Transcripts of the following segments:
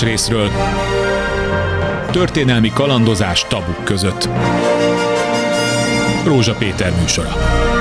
részről. Történelmi kalandozás tabuk között. Rózsa Péter műsora.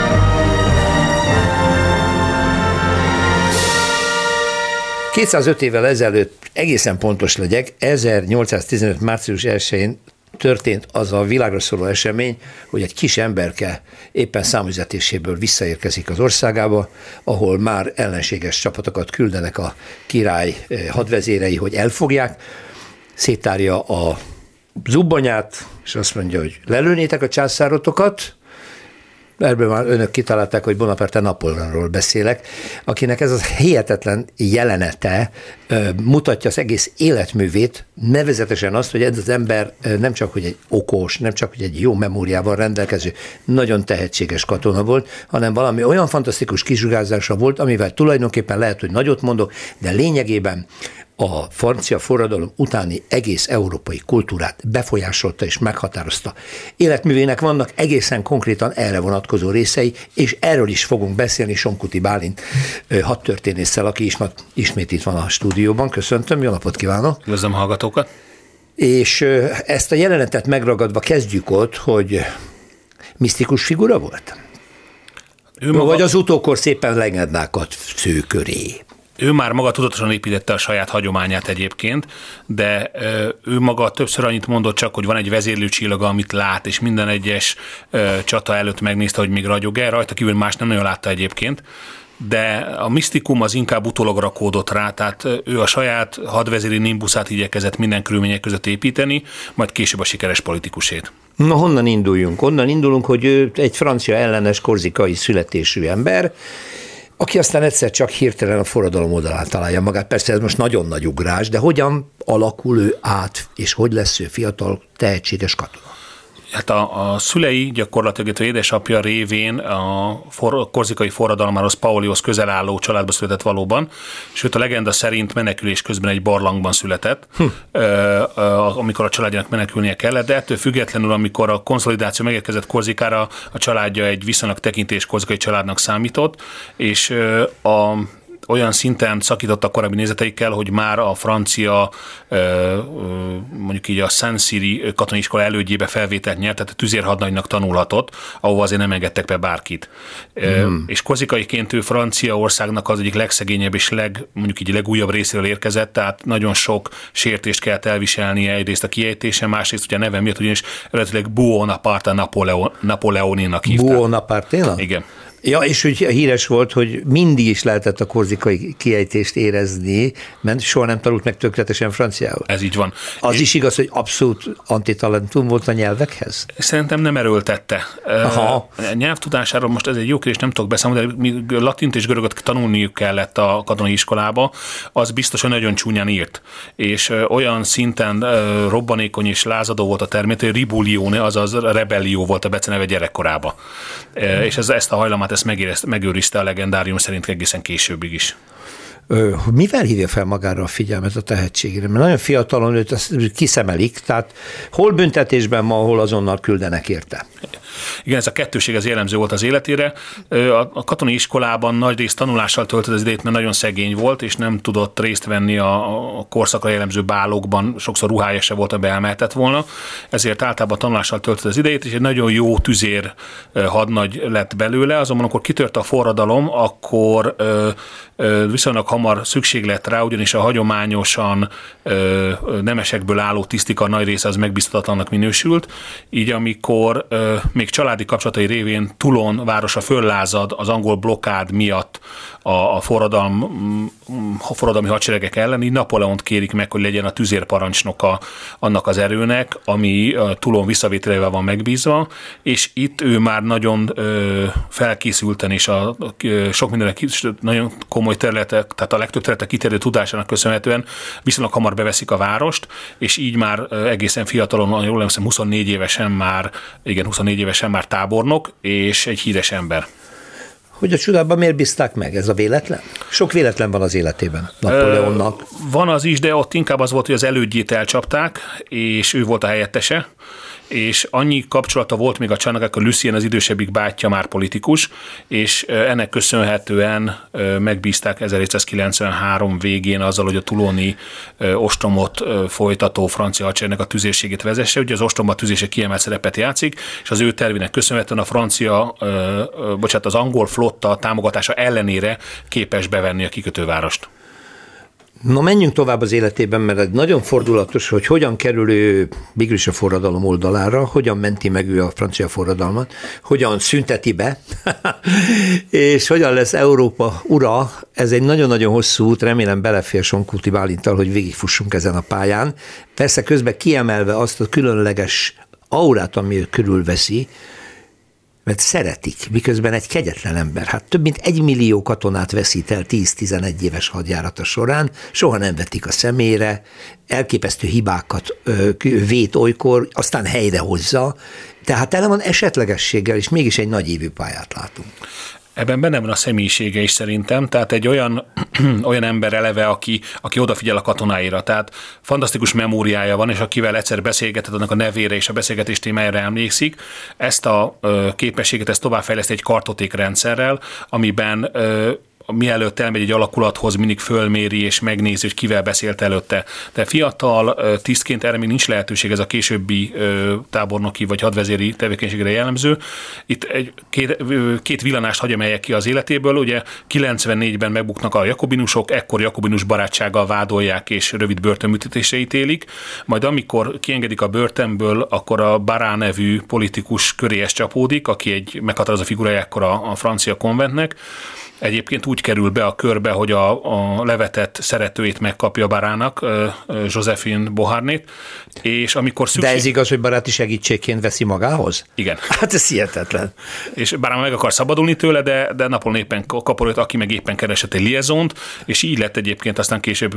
...205 évvel ezelőtt, egészen pontos legyek, 1815. március 1-én történt az a világra szóló esemény, hogy egy kis emberke éppen számüzetéséből visszaérkezik az országába, ahol már ellenséges csapatokat küldenek a király hadvezérei, hogy elfogják, széttárja a zubbonyát, és azt mondja, hogy lelőnétek a császárotokat. Ebből már önök kitalálták, hogy Bonaparte Napóleonról beszélek, akinek ez az hihetetlen jelenete mutatja az egész életművét, nevezetesen azt, hogy ez az ember nem csak, hogy egy okos, nem csak, hogy egy jó memóriával rendelkező, nagyon tehetséges katona volt, hanem valami olyan fantasztikus kisugárzása volt, amivel tulajdonképpen lehet, hogy nagyot mondok, de lényegében a francia forradalom utáni egész európai kultúrát befolyásolta és meghatározta. Életművének vannak egészen konkrétan erre vonatkozó részei, és erről is fogunk beszélni Sonkuti Bálint hadtörténésszel, aki ismét itt van a stúdióban. Köszöntöm, jó napot kívánok! Üdvözlöm hallgatókat! És ezt a jelenetet megragadva kezdjük ott, hogy misztikus figura volt? Vagy az utókor szépen legendákat sző köré? Ő már maga tudatosan építette a saját hagyományát egyébként, de ő maga többször annyit mondott csak, hogy van egy vezérlőcsillaga, amit lát, és minden egyes csata előtt megnézte, hogy még ragyog-e, rajta kívül más nem nagyon látta egyébként, de a misztikum az inkább utólag rakódott rá, tehát ő a saját hadvezéri nimbuszát igyekezett minden körülmények között építeni, majd később a sikeres politikusét. Na, honnan induljunk? Onnan indulunk, hogy ő egy francia ellenes korzikai születésű ember, aki aztán egyszer csak hirtelen a forradalom oldalán találja magát. Persze ez most nagyon nagy ugrás, de hogyan alakul ő át, és hogy lesz ő fiatal, tehetséges katona? Hát a szülei, gyakorlatilag a édesapja révén a korzikai forradalmához, Paulihoz közel álló családba született valóban, sőt a legenda szerint menekülés közben egy barlangban született, amikor a családjának menekülnie kellett, de ettől függetlenül, amikor a konszolidáció megérkezett Korzikára, a családja egy viszonylag tekintés korzikai családnak számított, és olyan szinten szakított a korábbi nézeteikkel, hogy már a francia, mondjuk így a Saint-Cyri katonai iskola elődjébe felvételt nyert, tehát a tüzérhadnagynak tanulhatott, ahova azért nem engedtek be bárkit. És korzikaiként ő Franciaországnak az egyik legszegényebb és mondjuk így legújabb részéről érkezett, tehát nagyon sok sértést kellett elviselnie, egyrészt a kiejtése, másrészt ugye a neve miatt, ugyanis eredetileg Buonaparte Napoleoninak hívták. Buonaparte? Igen. Ja, és úgy híres volt, hogy mindig is lehetett a korzikai kiejtést érezni, mert soha nem tanult meg tökéletesen franciául. Ez így van. Az is igaz, hogy abszolút antitalentum volt a nyelvekhez? Szerintem nem erőltette. Aha. A nyelvtudásáról most ez egy jó kérdés, nem tudok beszámolni, de míg latint és görögöt tanulniuk kellett a katonai iskolába, az biztos, hogy nagyon csúnyán írt. És olyan szinten robbanékony és lázadó volt a természet, hogy ribulione, azaz rebellió volt a beceneve gyerekkorába. És ezt a hajlamát megőrizte a legendárium szerint egészen későbbig is. Mivel hívja fel magára a figyelmet a tehetségére? Mert nagyon fiatalon őt kiszemelik, tehát hol büntetésben ma, hol azonnal küldenek érte. Igen, ez a kettőség az jellemző volt az életére. A katonai iskolában nagy részt tanulással töltött az idejét, mert nagyon szegény volt, és nem tudott részt venni a korszakra jellemző bálokban, sokszor ruhája se volt, amiben elmehetett volna. Ezért általában tanulással töltött az idejét, és egy nagyon jó tüzér hadnagy lett belőle, azonban amikor kitört a forradalom, akkor viszonylag hamar szükség lett rá, ugyanis a hagyományosan nemesekből álló tisztikar nagy része az megbízhatatlannak minősült, így amikor még családi kapcsolatai révén Toulon városa föllázad az angol blokkád miatt a forradalmi hadseregek ellen, így Napóleont kérik meg, hogy legyen a tüzérparancsnoka annak az erőnek, ami Toulon visszavételével van megbízva, és itt ő már nagyon felkészülten és a sok mindenek nagyon komoly területek, tehát a legtöbb területek kiterjedő tudásának köszönhetően viszonylag hamar beveszik a várost, és így már egészen fiatalon, jól emlékszem, 24 évesen már tábornok, és egy híres ember. Hogy a csodában miért bízták meg? Ez a véletlen? Sok véletlen van az életében Napóleonnak. Van az is, de ott inkább az volt, hogy az elődjét elcsapták, és ő volt a helyettese, és annyi kapcsolata volt még a családnak, akkor Lucien az idősebbik bátyja már politikus, és ennek köszönhetően megbízták 1793 végén azzal, hogy a touloni ostromot folytató francia hadseregnek a tüzérségét vezesse. Ugye az ostromban tüzérse kiemelt szerepet játszik, és az ő tervének köszönhetően az angol flotta támogatása ellenére képes bevenni a kikötővárost. Na, menjünk tovább az életében, mert egy nagyon fordulatos, hogy hogyan kerül ő mégis a forradalom oldalára, hogyan menti meg ő a francia forradalmat, hogyan szünteti be, és hogyan lesz Európa ura. Ez egy nagyon-nagyon hosszú út, remélem belefér Sonkuti Bálinttal, hogy végigfussunk ezen a pályán. Persze közben kiemelve azt a különleges aurát, ami ő körülveszi, mert szeretik, miközben egy kegyetlen ember. Hát több mint 1 millió katonát veszít el 10-11 éves hadjárata során, soha nem vetik a szemére, elképesztő hibákat vét olykor, aztán helyrehozza, tehát tele van esetlegességgel, és mégis egy nagyívű pályát látunk. Ebben benne van a személyisége is szerintem, tehát egy olyan ember eleve, aki odafigyel a katonáira, tehát fantasztikus memóriája van, és akivel egyszer beszélgetett, annak a nevére és a beszélgetés témájára emlékszik. Ezt a képességet továbbfejleszti egy kartotékrendszerrel, amiben mielőtt elmegy egy alakulathoz, mindig fölméri és megnézi, hogy kivel beszélt előtte. De fiatal tisztként erre még nincs lehetőség, ez a későbbi tábornoki vagy hadvezéri tevékenységre jellemző. Itt két villanást hagy emeljek ki az életéből. Ugye 94-ben megbuknak a jakobinusok, ekkor jakobinus barátsággal vádolják és rövid börtönbüntetésre ítélik. Majd amikor kiengedik a börtönből, akkor a Barrá nevű politikus köréhez csapódik, aki egy meghatározó figurája ekkor a francia konventnek. Egyébként úgy kerül be a körbe, hogy a levetett szeretőjét megkapja Barrának, Joséphine Beauharnét, és amikor De ez igaz, hogy baráti segítségként veszi magához? Igen. Hát ez hihetetlen. És Barrá meg akar szabadulni tőle, de Napóleon éppen kapott, aki meg éppen keresett egy liaisont, és így lett egyébként aztán később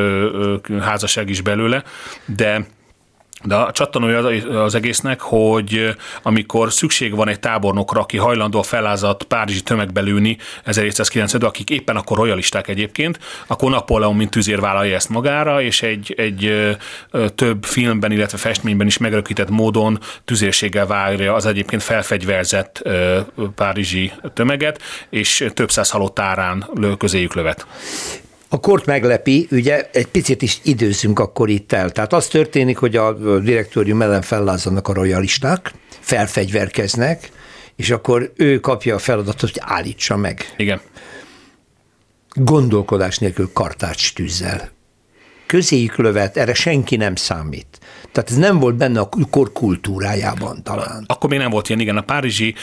házasság is belőle, de a csattanója az egésznek, hogy amikor szükség van egy tábornokra, aki hajlandó a fellázadt párizsi tömegbe lőni 1790-ben, akik éppen akkor royalisták egyébként, akkor Napóleon mint tüzér vállalja ezt magára, és egy több filmben, illetve festményben is megörökített módon tüzérséggel várja az egyébként felfegyverzett párizsi tömeget, és több száz halott árán közéjük lövet. A kort meglepi, ugye egy picit is időzzünk akkor itt el. Tehát az történik, hogy a direktórium ellen fellázzanak a royalisták, felfegyverkeznek, és akkor ő kapja a feladatot, hogy állítsa meg. Igen. Gondolkodás nélkül kartács tűzzel. Közéjük lövet, erre senki nem számít. Tehát ez nem volt benne a kor kultúrájában talán. Akkor még nem volt ilyen, igen. A párizsi,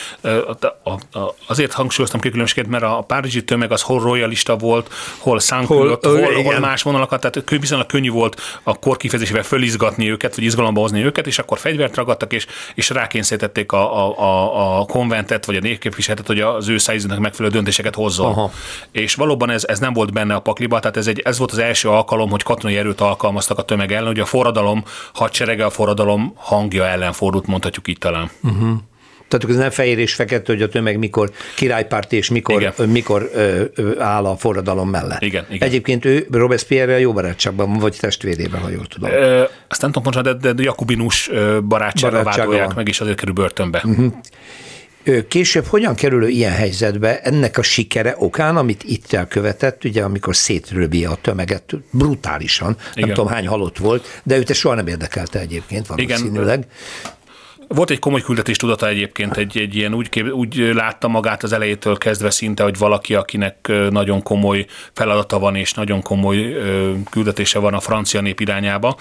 azért hangsúlyoztam ki különbséget, mert a párizsi tömeg az hol royalista volt, hol szánkülött, hol más vonalakat, tehát viszonylag könnyű volt a kor kifejezésével fölizgatni őket, vagy izgalomba hozni őket, és akkor fegyvert ragadtak, és rákényszerítették a konventet, vagy a népképviseletet, hogy az ő szájíznek megfelelő döntéseket hozzon. Aha. És valóban ez nem volt benne a pakliba, tehát ez volt az első alkalom, hogy katonai erőt alkalmaztak a tömeg ellen, hogy a forradalom hadserege a forradalom hangja ellen fordult, mondhatjuk így talán. Uh-huh. Tehát ez nem fehér és fekete, hogy a tömeg mikor királypárti és mikor áll a forradalom mellett. Igen. Egyébként ő Robespierre-rel jó barátságban, vagy testvérében, ha jól tudom. Azt nem tudom pontosan, de jakobinus barátsággal vádolják meg, és azért kerül börtönbe. Uh-huh. Később hogyan kerül ilyen helyzetbe ennek a sikere okán, amit itt elkövetett, ugye amikor szétröbi a tömeget brutálisan, nem tudom hány halott volt, de őt soha nem érdekelte egyébként valószínűleg. Igen. Volt egy komoly küldetéstudata egyébként, egy ilyen úgy látta magát az elejétől kezdve szinte, hogy valaki, akinek nagyon komoly feladata van, és nagyon komoly küldetése van a francia nép irányába.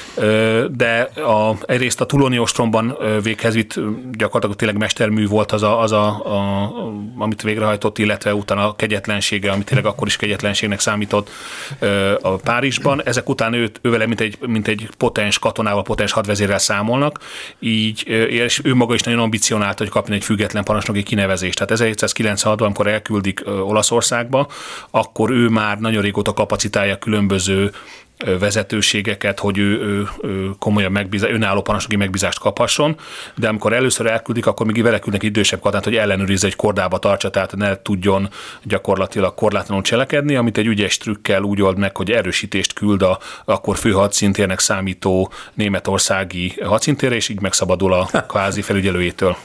De egyrészt a touloni ostromban véghez vitt, gyakorlatilag tényleg mestermű volt amit végrehajtott, illetve utána a kegyetlensége, amit tényleg akkor is kegyetlenségnek számított a Párizsban. Ezek után ővele mint egy potens katonával, potens hadvezérrel számolnak, így és ő maga is nagyon ambicionált, hogy kapjon egy független parancsnoki kinevezést. Tehát 1796-ban, amikor elküldik Olaszországba, akkor ő már nagyon régóta kapacitálja különböző vezetőségeket, hogy ő komolyabb önálló parancsnoki megbízást kaphasson, de amikor először elküldik, akkor még vele küldnek idősebb katonát, hogy ellenőrizze, hogy kordába tartsa, tehát ne tudjon gyakorlatilag korlátlanul cselekedni, amit egy ügyes trükkel úgy old meg, hogy erősítést küld a akkor főhadszintérnek számító németországi hadszintérre, és így megszabadul a kvázi felügyelőjétől.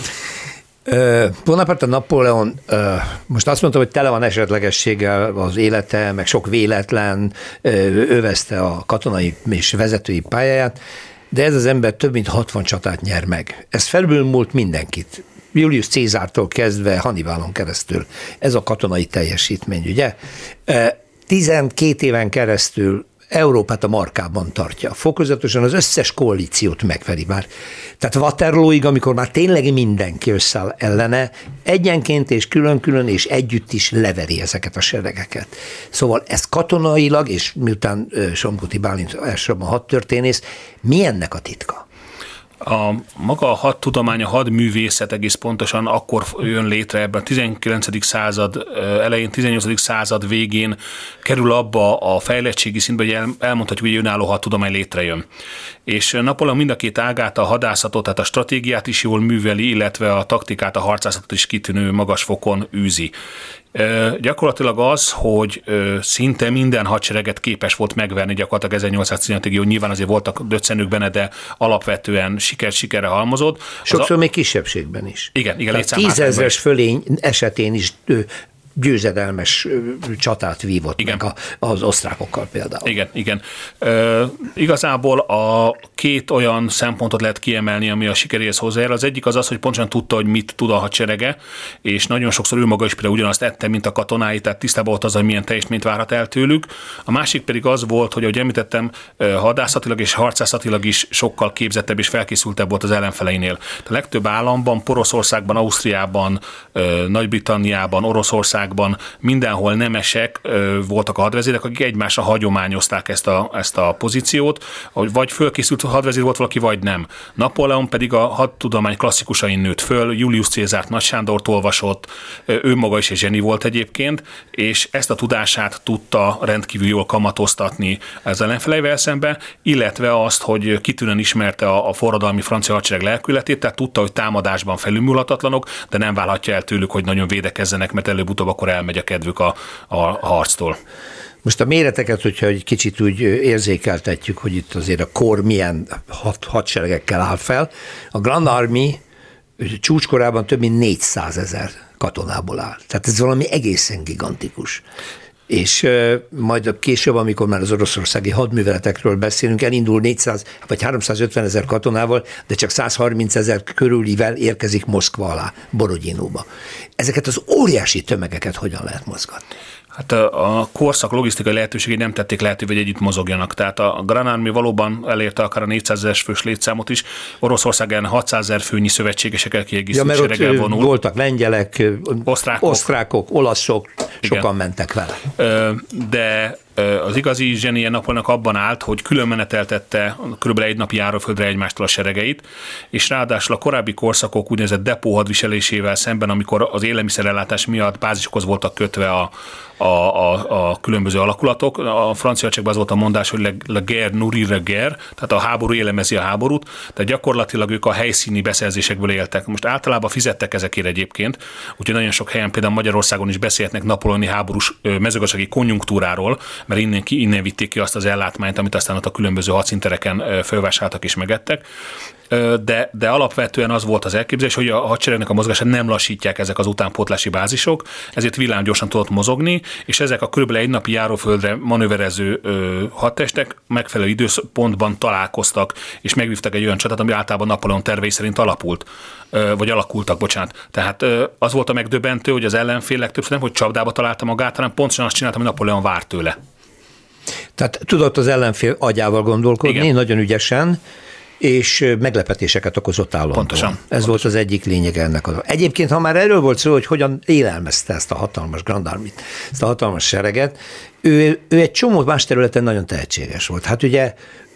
Bonaparte Napóleon, most azt mondtam, hogy tele van esetlegességgel az élete, meg sok véletlen övezte a katonai és vezetői pályáját, de ez az ember több mint 60 csatát nyer meg. Ez felülmúlt mindenkit. Julius Cézártól kezdve Hannibalon keresztül. Ez a katonai teljesítmény, ugye? 12 éven keresztül Európát a markában tartja. Fokozatosan az összes koalíciót megveri már. Tehát Waterlooig, amikor már tényleg mindenki összeáll ellene, egyenként és külön-külön és együtt is leveri ezeket a seregeket. Szóval ez katonailag, és miután Somkuti Bálint elsősorban hadtörténész, mi ennek a titka? Maga a hadtudomány, a hadművészet egész pontosan akkor jön létre ebben a 19. század elején, 18. század végén kerül abba a fejlettségi szintbe, hogy elmondhatjuk, hogy önálló hadtudomány létrejön. És Napóleon mind a két ágát, a hadászatot, tehát a stratégiát is jól műveli, illetve a taktikát, a harcászatot is kitűnő magas fokon űzi. Gyakorlatilag az, hogy szinte minden hadsereget képes volt megverni gyakorlatilag 1815-ig, jó, nyilván azért voltak döccenők benne, de alapvetően sikerre halmozott. Sokszor még kisebbségben is. Igen. 10 000-es fölény esetén is győzedelmes csatát vívott meg az osztrákokkal például. Igen. Igazából a két olyan szempontot lehet kiemelni, ami a sikeréhez hozzájár. Az egyik az, hogy pontosan tudta, hogy mit tud a hadserege, és nagyon sokszor ő maga is például ugyanazt ette, mint a katonái, tehát tisztában volt az, hogy milyen teljesítményt várhat el tőlük. A másik pedig az volt, hogy ahogy említettem, hadászatilag és harcászatilag is sokkal képzettebb és felkészültebb volt az ellenfeleinél. A legtöbb államban, Poroszországban, Ausztriában, Nagy-Britanniában, Oroszországban, mindenhol nemesek voltak a hadvezérek, akik egymásra hagyományozták ezt a pozíciót, hogy vagy fölkészült hadvezér volt valaki, vagy nem. Napóleon pedig a hadtudomány klasszikusain nőtt föl, Julius Cézárt, Nagy Sándort olvasott, ő maga is egy zseni volt egyébként, és ezt a tudását tudta rendkívül jól kamatoztatni az ellenfeleivel szembe, illetve azt, hogy kitűnően ismerte a forradalmi francia hadsereg lelkületét, tehát tudta, hogy támadásban felülmúlhatatlanok, de nem válhatja el tőlük, hogy nagyon védekezzenek, mert előbb-utóbb akkor elmegy a kedvük a harctól. Most a méreteket, hogyha egy kicsit úgy érzékeltetjük, hogy itt azért a kor milyen hadseregekkel áll fel. A Grand Army csúcskorában több mint 400 000 katonából áll. Tehát ez valami egészen gigantikus. És majd később, amikor már az oroszországi hadműveletekről beszélünk, elindul 400 vagy 350 000 katonával, de csak 130 000 körülivel érkezik Moszkva alá, Borodinóba. Ezeket az óriási tömegeket hogyan lehet mozgatni? Hát a korszak logisztikai lehetőségei nem tették lehetővé, hogy együtt mozogjanak. Tehát a Grand Army valóban elérte akár a 400 000 fős létszámot is. Oroszország ellen 600 000 főnyi szövetségesekkel kiegészítő sereggel vonul. Voltak lengyelek, osztrákok, olaszok, sokan mentek vele. De az igazi zsenie Napóleonnak abban állt, hogy külön meneteltette kb. Egy napi járóföldre egymástól a seregeit, és ráadásul a korábbi korszakok úgynevezett depó hadviselésével szemben, amikor az élelmiszerellátás miatt bázisokhoz voltak kötve a különböző alakulatok. A francia hadseregben az volt a mondás, hogy la guerre nourrit la guerre, tehát a háború élemezi a háborút, tehát gyakorlatilag ők a helyszíni beszerzésekből éltek. Most általában fizettek ezekért egyébként, úgyhogy nagyon sok helyen, például Magyarországon is beszélhetnek napóleoni háborús mezőgazdasági konjunktúráról, mert innen vitték ki azt az ellátmányt, amit aztán ott a különböző hadszíntereken fölvásároltak és megettek. De alapvetően az volt az elképzelés, hogy a hadseregnek a mozgását nem lassítják ezek az utánpótlási bázisok, ezért villámgyorsan tudott mozogni, és ezek a körülbelül egy napi járóföldre manőverező hadtestek megfelelő időpontban találkoztak, és megvívtak egy olyan csatát, ami általában Napóleon tervei szerint alakultak. Tehát az volt a megdöbbentő, hogy az ellenfél legtöbbször nem, hogy csapdába találta magát, hanem pontosan azt csinálta, amit Napóleon várt tőle. Tehát tudott az ellenfél agyával gondolkodni, igen, nagyon ügyesen, és meglepetéseket okozott állandóan. Pontosan. Volt az egyik lényeg ennek. Egyébként, ha már erről volt szó, hogy hogyan élelmezte ezt a hatalmas Grand Army-t, ezt a hatalmas sereget, ő egy csomó más területen nagyon tehetséges volt. Hát ugye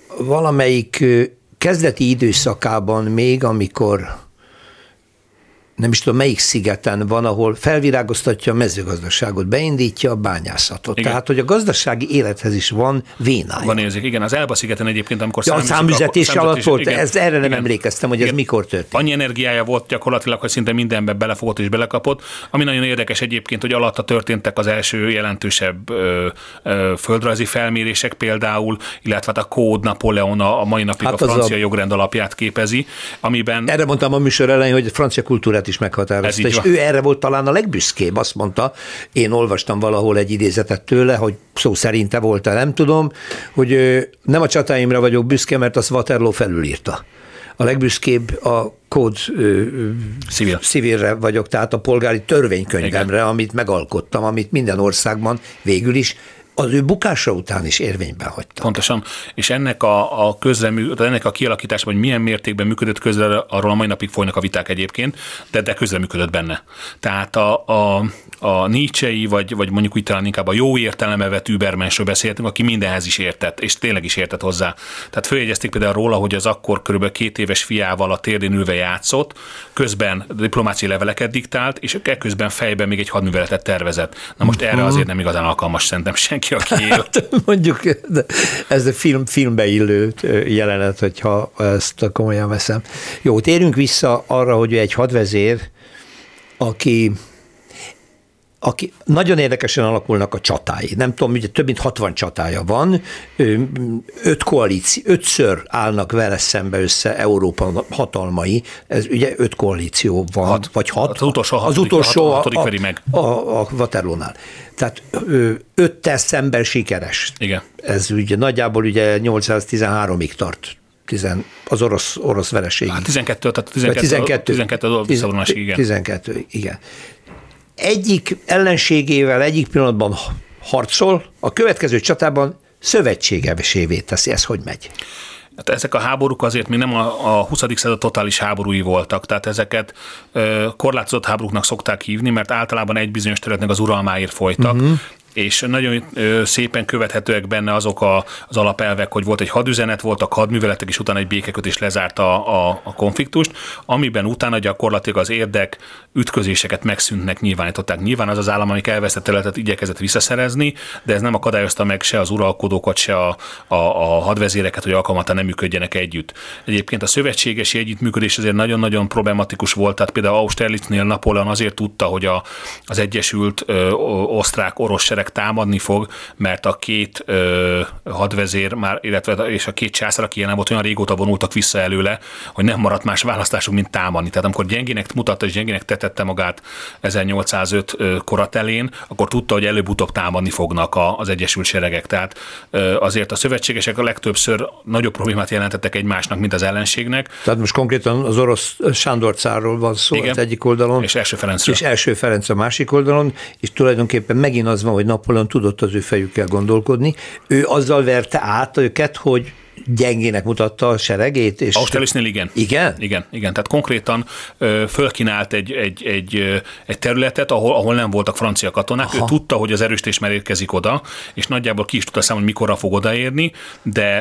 valamelyik kezdeti időszakában még, amikor nem is tudom melyik szigeten van, ahol felvirágoztatja a mezőgazdaságot, beindítja a bányászatot. Igen. Tehát, hogy a gazdasági élethez is van vénája. Van érzék, igen. Az Elba szigeten egyébként, amikor a számüzetés alatt volt, erre nem emlékeztem, hogy ez mikor történt. Annyi energiája volt gyakorlatilag, hogy szinte mindenbe belefogott és belekapott. Ami nagyon érdekes egyébként, hogy alatta történtek az első jelentősebb földrajzi felmérések például, illetve a Kód Napóleon a mai napig a francia jogrend alapját képezi, amiben... Erre mondtam a műsor elején, hogy a francia kultúrát is meghatározta, és ő erre volt talán a legbüszkébb, azt mondta, én olvastam valahol egy idézetet tőle, hogy szó szerinte volt-e, nem tudom, hogy nem a csatáimra vagyok büszke, mert azt Waterloo felülírta. A legbüszkébb a kód civilre vagyok, tehát a polgári törvénykönyvemre, amit megalkottam, amit minden országban végül is az ő bukása után is érvényben hagyta. Pontosan, és ennek ennek a kialakításban, hogy milyen mértékben működött közre, arról a mai napig folynak a viták egyébként, de közreműködött benne. Tehát a Nietzsche-i, vagy mondjuk úgy talán inkább a jó értelembe vett Übermensről beszéltünk, aki mindenhez is értett, és tényleg is értett hozzá. Tehát följegyezték például róla, hogy az akkor körülbelül 2 éves fiával a térdén ülve játszott, közben diplomáciai leveleket diktált, és ekközben fejben még egy hadműveletet tervezett. Na most erre azért nem igazán alkalmas szerintem senki, aki él. Mondjuk ez a filmbe illő jelenet, hogyha ezt komolyan veszem. Jó, térjünk vissza arra, hogy egy hadvezér, aki nagyon érdekesen alakulnak a csatái. Nem tudom, ugye több mint 60 csatája van, 5-ször állnak vele szembe össze Európa hatalmai, ez ugye 5 koalíció van, vagy 6. Az utolsó a Waterloo-nál. Tehát 5 tesz szemben sikeres. Igen. Ez ugye nagyjából ugye 813-ig tart. Az orosz vereségig. 12 visszavonásig, igen. 12, igen. Egyik ellenségével egyik pillanatban harcol, a következő csatában szövetségesévé teszi. Ez hogy megy? Hát ezek a háborúk azért még nem a 20. század totális háborúi voltak, tehát ezeket korlátozott háborúknak szokták hívni, mert általában egy bizonyos területnek az uralmáért folytak, és nagyon szépen követhetőek benne azok az alapelvek, hogy volt egy hadüzenet, voltak hadműveletek, és utána egy békekötés lezárta a konfliktust, amiben utána gyakorlatilag az érdek ütközéseket megszűntnek nyilvánították. Nyilván az állam, amik elvesztett területet igyekezett visszaszerezni, de ez nem akadályozta meg se az uralkodókat, se a hadvezéreket, hogy alkalmatlan nem működjenek együtt. Egyébként a szövetségesi együttműködés azért nagyon-nagyon problematikus volt, tehát például Austerlitznél Napóleon azért tudta, hogy az egyesült osztrák-orosz sereg támadni fog, mert a 2 hadvezér már, illetve és a 2 császár, aki jelen volt, olyan régóta vonultak vissza előle, hogy nem maradt más választásuk, mint támadni. Tehát amikor gyengének mutatta és gyengének tetette magát 1805 koratelén, akkor tudta, hogy előbb-utóbb támadni fognak az egyesült seregek. Tehát azért a szövetségesek a legtöbbször nagyobb problémát jelentettek egymásnak, mint az ellenségnek. Tehát most konkrétan az orosz Sándor cárról van szó, igen, az egyik oldalon. És első Ferencről. És első Ferenc a másik oldalon, és tulajdonképpen megint az van, hogy Napóleon tudott az ő fejükkel gondolkodni. Ő azzal verte át őket, hogy gyengének mutatta a seregét. És Austerlitznél igen. Igen? Igen. Tehát konkrétan fölkínált egy területet, ahol nem voltak francia katonák. Aha. Ő tudta, hogy az erősítés már érkezik oda, és nagyjából ki is tudta számolni, hogy mikorra fog odaérni, de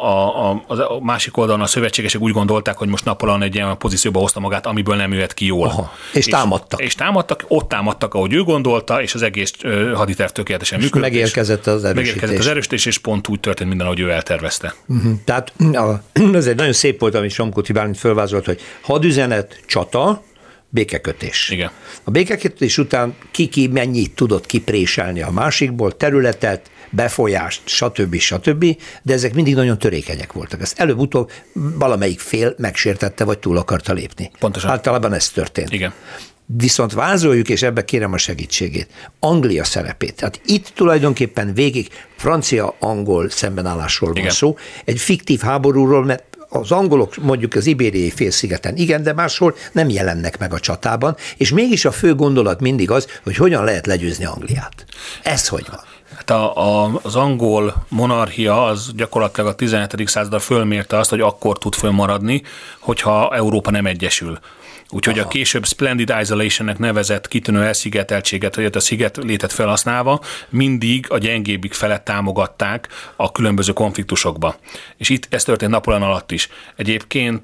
a másik oldalon a szövetségesek úgy gondolták, hogy most Napóleon egy ilyen pozícióba hozta magát, amiből nem jöhet ki jól. Aha. És támadtak. És támadtak, ott támadtak, ahogy ő gondolta, és az egész haditerv tökéletesen működött. Megérkezett az erősítés, és pont úgy történt minden, ahogy ő eltervezte. Tehát ez egy nagyon szép volt, amit Somkuti Bálint fölvázolt, hogy hadüzenet, csata, békekötés. Igen. A békekötés után ki mennyit tudott kipréselni a másikból, területet, befolyást, stb. De ezek mindig nagyon törékenyek voltak. Ezt előbb-utóbb valamelyik fél megsértette, vagy túl akarta lépni. Pontosan. Általában ez történt. Igen. Viszont vázoljuk, és ebbe kérem a segítségét, Anglia szerepét. Tehát itt tulajdonképpen végig francia-angol szembenállásról van szó, egy fiktív háborúról, mert az angolok mondjuk az Ibériai félszigeten igen, de máshol nem jelennek meg a csatában, és mégis a fő gondolat mindig az, hogy hogyan lehet legyőzni Angliát. Ez hogy van? Hát az angol monarchia az gyakorlatilag a 17. századra fölmérte azt, hogy akkor tud fölmaradni, hogyha Európa nem egyesül. Úgyhogy a később Splendid Isolation-nek nevezett kitűnő elszigeteltséget, vagy a szigetlétet felhasználva mindig a gyengébbik felet támogatták a különböző konfliktusokba. És itt ez történt Napóleon alatt is. Egyébként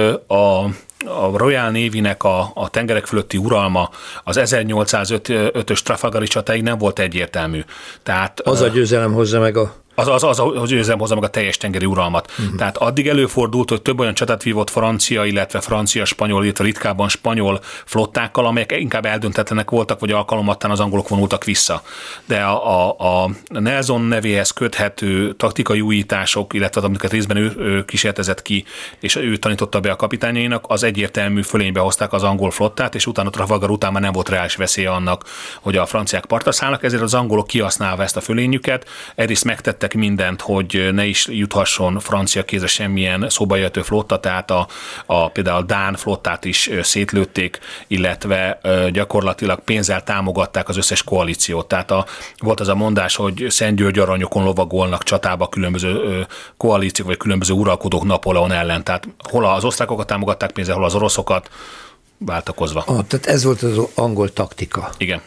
a Royal Navy-nek a tengerek fölötti uralma az 1805-ös Trafalgari csatáig nem volt egyértelmű. Tehát, az a győzelem hozza meg az győzelem hozza meg a teljes tengeri uralmat. Tehát addig előfordult, hogy több olyan csatát vívott francia, illetve francia-spanyol, illetve ritkábban spanyol flottákkal, amelyek inkább eldöntetlenek voltak, vagy alkalomattán az angolok vonultak vissza. De a Nelson nevéhez köthető taktikai újítások, illetve amiket részben ő kísérletezett ki, és ő tanította be a kapitányainak, az egyértelmű fölénybe hozták az angol flottát, és utána Trafalgar után már nem volt reális veszélye annak, hogy a franciák partra szállnak, ezért az angolok kihasználva ezt a fölényüket, egyrészt megtettek mindent, hogy ne is juthasson francia kézre semmilyen szóba jöhető flotta, tehát például a dán flottát is szétlőtték, illetve gyakorlatilag pénzzel támogatták az összes koalíciót. Tehát volt az a mondás, hogy Szentgyörgy aranyokon lovagolnak csatába különböző koalíciók, vagy különböző uralkodók Napóleon ellen. Tehát hol az osztrákokat támogatták pénzzel, hol az oroszokat, váltakozva. Tehát ez volt az angol taktika. Igen.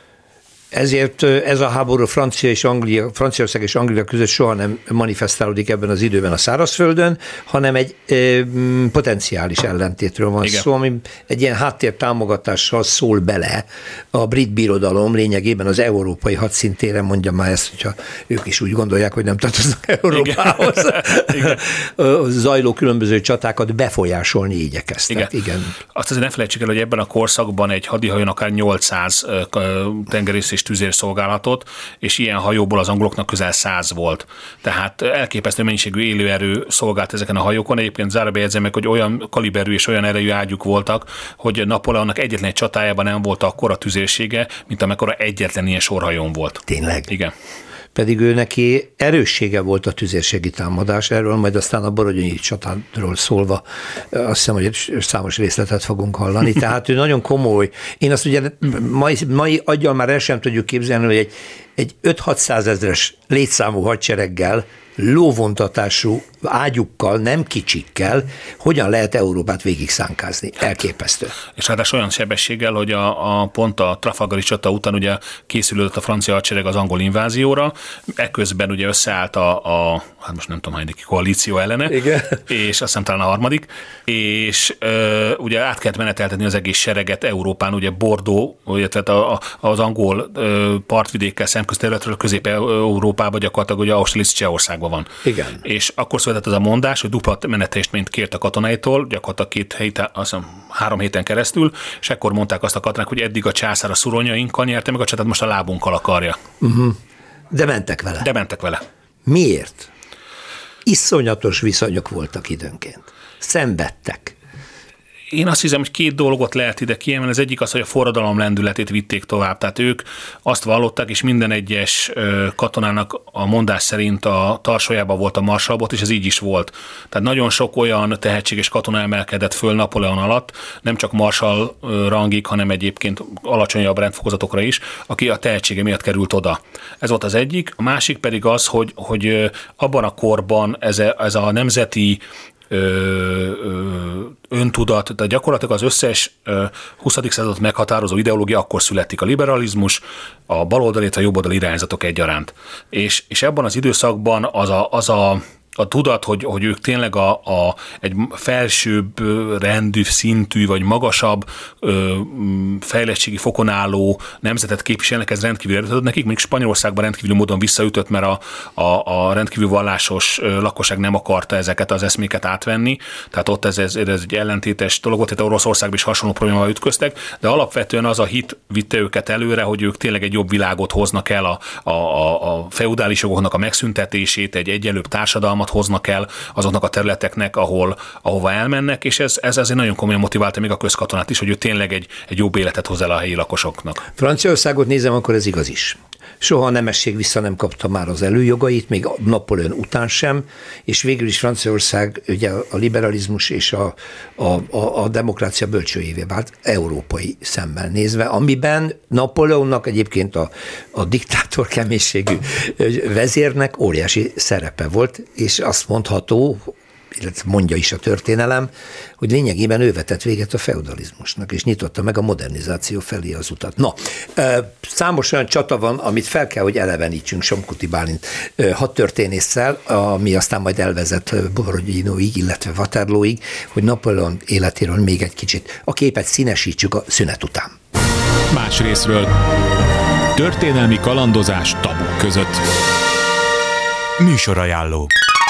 Ezért ez a háború Franciaország és Anglia között soha nem manifestálódik ebben az időben a szárazföldön, hanem egy potenciális ellentétről van szó, ami egy ilyen háttértámogatással szól bele a brit birodalom lényegében az európai hadszintére, mondjam már ezt, hogyha ők is úgy gondolják, hogy nem tartoznak Európához. Igen. Zajló különböző csatákat befolyásolni igyekeztek. Igen. Azt azért ne felejtsük el, hogy ebben a korszakban egy hadihajón akár 800 tengerész és tüzér szolgálatot, és ilyen hajóból az angoloknak közel 100 volt. Tehát elképesztő mennyiségű élőerő szolgált ezeken a hajókon. Egyébként záróba jegyzem meg, hogy olyan kaliberű és olyan erejű ágyuk voltak, hogy Napóleonnak egyetlen egy csatájában nem volt akkora tüzérsége, mint amekkora egyetlen ilyen sorhajón volt. Tényleg? Igen. Pedig ő neki erőssége volt a tüzérségi támadás, erről majd aztán a Borodinyi csatáról szólva azt hiszem, hogy számos részletet fogunk hallani. Tehát ő nagyon komoly. Én azt ugye mai aggyal már el sem tudjuk képzelni, hogy egy 5-600 ezres létszámú hadsereggel, lóvontatású ágyukkal, nem kicsikkel, hogyan lehet Európát végig szánkázni. Elképesztő. És ráadásul olyan sebességgel, hogy pont a Trafalgari csata után ugye készülődött a francia hadsereg az angol invázióra, ekközben ugye összeállt hát most nem tudom hányadik koalíció ellene, igen. És azt hiszem talán a harmadik, és ugye át kellett meneteltetni az egész sereget Európán, ugye Bordeaux, illetve az angol partvidékkel szemközterületről Közép-Európába gyakorlatilag ugye Austerlitz Csehországban van. Igen. És akkor született az a mondás, hogy dupla menetélést kért a katonáitól, gyakorlatilag 3 héten keresztül, és ekkor mondták azt a katonák, hogy eddig a császár a szuronyainkkal nyerte meg a csatát, most a lábunkkal akarja. Uh-huh. De mentek vele. Miért? Iszonyatos viszonyok voltak időnként. Szenvedtek. Én azt hiszem, hogy 2 dolgot lehet ide kiemelni. Az egyik az, hogy a forradalom lendületét vitték tovább. Tehát ők azt vallották, és minden egyes katonának a mondás szerint a tarsójában volt a marsalbot, és ez így is volt. Tehát nagyon sok olyan tehetséges katona emelkedett föl Napóleon alatt, nem csak marsal rangig, hanem egyébként alacsonyabb rendfokozatokra is, aki a tehetsége miatt került oda. Ez volt az egyik. A másik pedig az, hogy abban a korban ez a nemzeti öntudat, tehát gyakorlatilag az összes 20. századot meghatározó ideológia akkor születik, a liberalizmus, a baloldali, a jobboldali irányzatok egyaránt. És ebben az időszakban az a tudat, hogy ők tényleg egy felsőbb rendű, szintű, vagy magasabb fejlettségi fokon álló nemzetet képviselnek, ez rendkívül erőt nekik, még Spanyolországban rendkívül módon visszaütött, mert a rendkívül vallásos lakosság nem akarta ezeket az eszméket átvenni, tehát ott ez egy ellentétes dolog volt, tehát Oroszországban is hasonló problémával ütköztek, de alapvetően az a hit vitte őket előre, hogy ők tényleg egy jobb világot hoznak el, a feudális jogoknak a megszüntetését, egy egyenlőbb társadalmat hoznak el azoknak a területeknek, ahova elmennek, és ez azért nagyon komolyan motiválta még a közkatonát is, hogy ő tényleg egy jobb életet hoz el a helyi lakosoknak. Franciaországot nézem, akkor ez igaz is. Soha a nemesség vissza nem kapta már az előjogait, még Napóleon után sem, és végül is Franciaország ugye a liberalizmus és a demokrácia bölcsőjévé vált, európai szemmel nézve, amiben Napóleonnak egyébként a diktátor keménységű vezérnek óriási szerepe volt, és azt mondható, illetve mondja is a történelem, hogy lényegében ő vetett véget a feudalizmusnak, és nyitotta meg a modernizáció felé az utat. Na, számos olyan csata van, amit fel kell, hogy elevenítsünk Somkuti Bálint hadtörténésszel, ami aztán majd elvezet Borodinóig, illetve Waterlooig, hogy Napóleon életéről még egy kicsit a képet színesítsük a szünet után. Másrészről történelmi kalandozás tabuk között. Műsorajánló.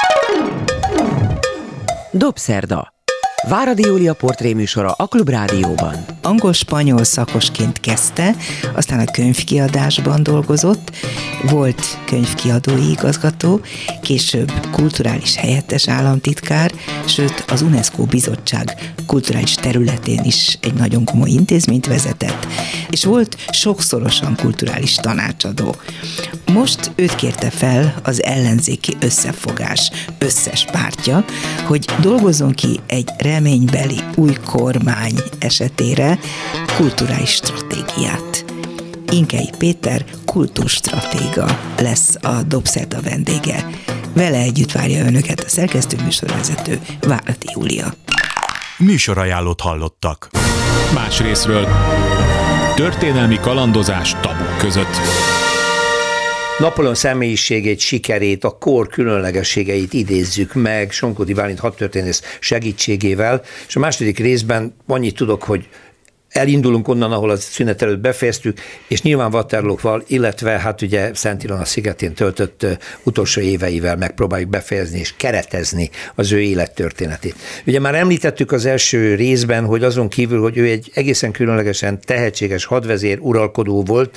Dobszerda. Váradi Júlia portréműsora a Klubrádióban. Angol-spanyol szakosként kezdte, aztán a könyvkiadásban dolgozott, volt könyvkiadói igazgató, később kulturális helyettes államtitkár, sőt az UNESCO bizottság kulturális területén is egy nagyon komoly intézményt vezetett, és volt sokszorosan kulturális tanácsadó. Most őt kérte fel az ellenzéki összefogás összes pártja, hogy dolgozzon ki egy reménybeli új kormány esetére kulturális stratégiát. Inkei Péter kultúrstratéga lesz a Dobszerda vendége. Vele együtt várja önöket a szerkesztő műsorvezető Váradi Júlia. Műsorajánlót hallottak. Másrészről történelmi kalandozás tabuk között. Napóleon személyiségét, sikerét, a kor különlegességeit idézzük meg Somkuti Bálint hadtörténész segítségével, és a második részben annyit tudok, hogy elindulunk onnan, ahol a szünet előtt befejeztük, és nyilván Waterloo-val, illetve hát ugye Szent Ilona szigetén töltött utolsó éveivel megpróbáljuk befejezni és keretezni az ő élettörténetét. Ugye már említettük az első részben, hogy azon kívül, hogy ő egy egészen különlegesen tehetséges hadvezér, uralkodó volt,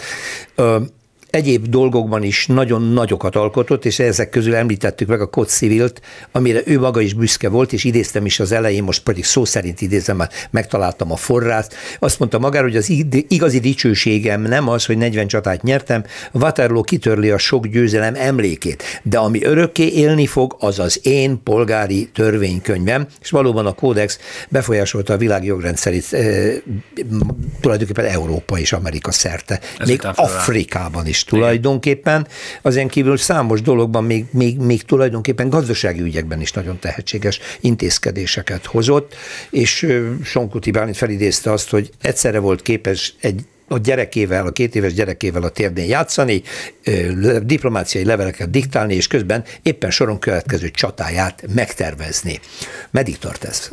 egyéb dolgokban is nagyon nagyokat alkotott, és ezek közül említettük meg a Code Civilt, amire ő maga is büszke volt, és idéztem is az elején, most pedig szó szerint idézem, mert megtaláltam a forrást. Azt mondta magára, hogy az igazi dicsőségem nem az, hogy 40 csatát nyertem, Waterloo kitörli a sok győzelem emlékét, de ami örökké élni fog, az az én polgári törvénykönyvem, és valóban a kódex befolyásolta a világ jogrendszerét tulajdonképpen Európa és Amerika szerte. Még Afrikában is tulajdonképpen, azon kívül számos dologban, még tulajdonképpen gazdasági ügyekben is nagyon tehetséges intézkedéseket hozott, és Somkuti Bálint felidézte azt, hogy egyszerre volt képes a 2 éves gyerekével a térdén játszani, diplomáciai leveleket diktálni, és közben éppen soron következő csatáját megtervezni. Meddig tart ez?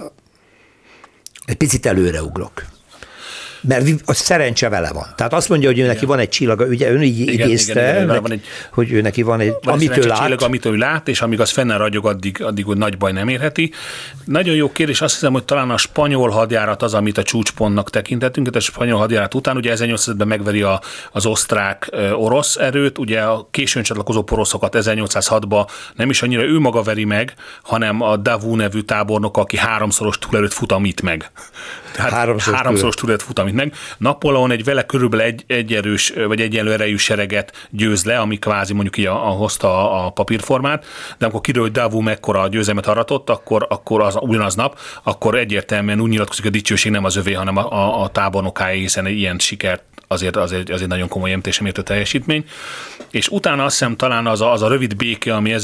Egy picit előreugrok. Mert a szerencse vele van. Tehát azt mondja, hogy ő neki van egy csillaga, ugye ön így idézte, hogy ő neki van egy, amit ő lát. Csillaga, amit ő lát, és amíg az fennel ragyog, addig hogy nagy baj nem érheti. Nagyon jó kérdés, azt hiszem, hogy talán a spanyol hadjárat az, amit a csúcspontnak tekintettünk, tehát a spanyol hadjárat után, ugye 1800-ben megveri az osztrák orosz erőt, ugye a későn csatlakozó poroszokat 1806-ban nem is annyira ő maga veri meg, hanem a Davout nevű tábornok, aki 3-szoros túlerőt futamít meg. Tehát 3-szoros túlerőt futamít meg. Napóleon egy vele körülbelül egy erős, vagy egyenlő erejű sereget győz le, ami kvázi mondjuk így hozta a papírformát, de amikor kiderül, hogy Davout mekkora győzelmet aratott, akkor ugyanaznap, akkor egyértelműen úgy nyilatkozik, hogy a dicsőség nem az övé, hanem a tábornokáé, hiszen egy ilyen sikert azért nagyon komoly említésem értő teljesítmény. És utána azt hiszem talán az a rövid béke, ami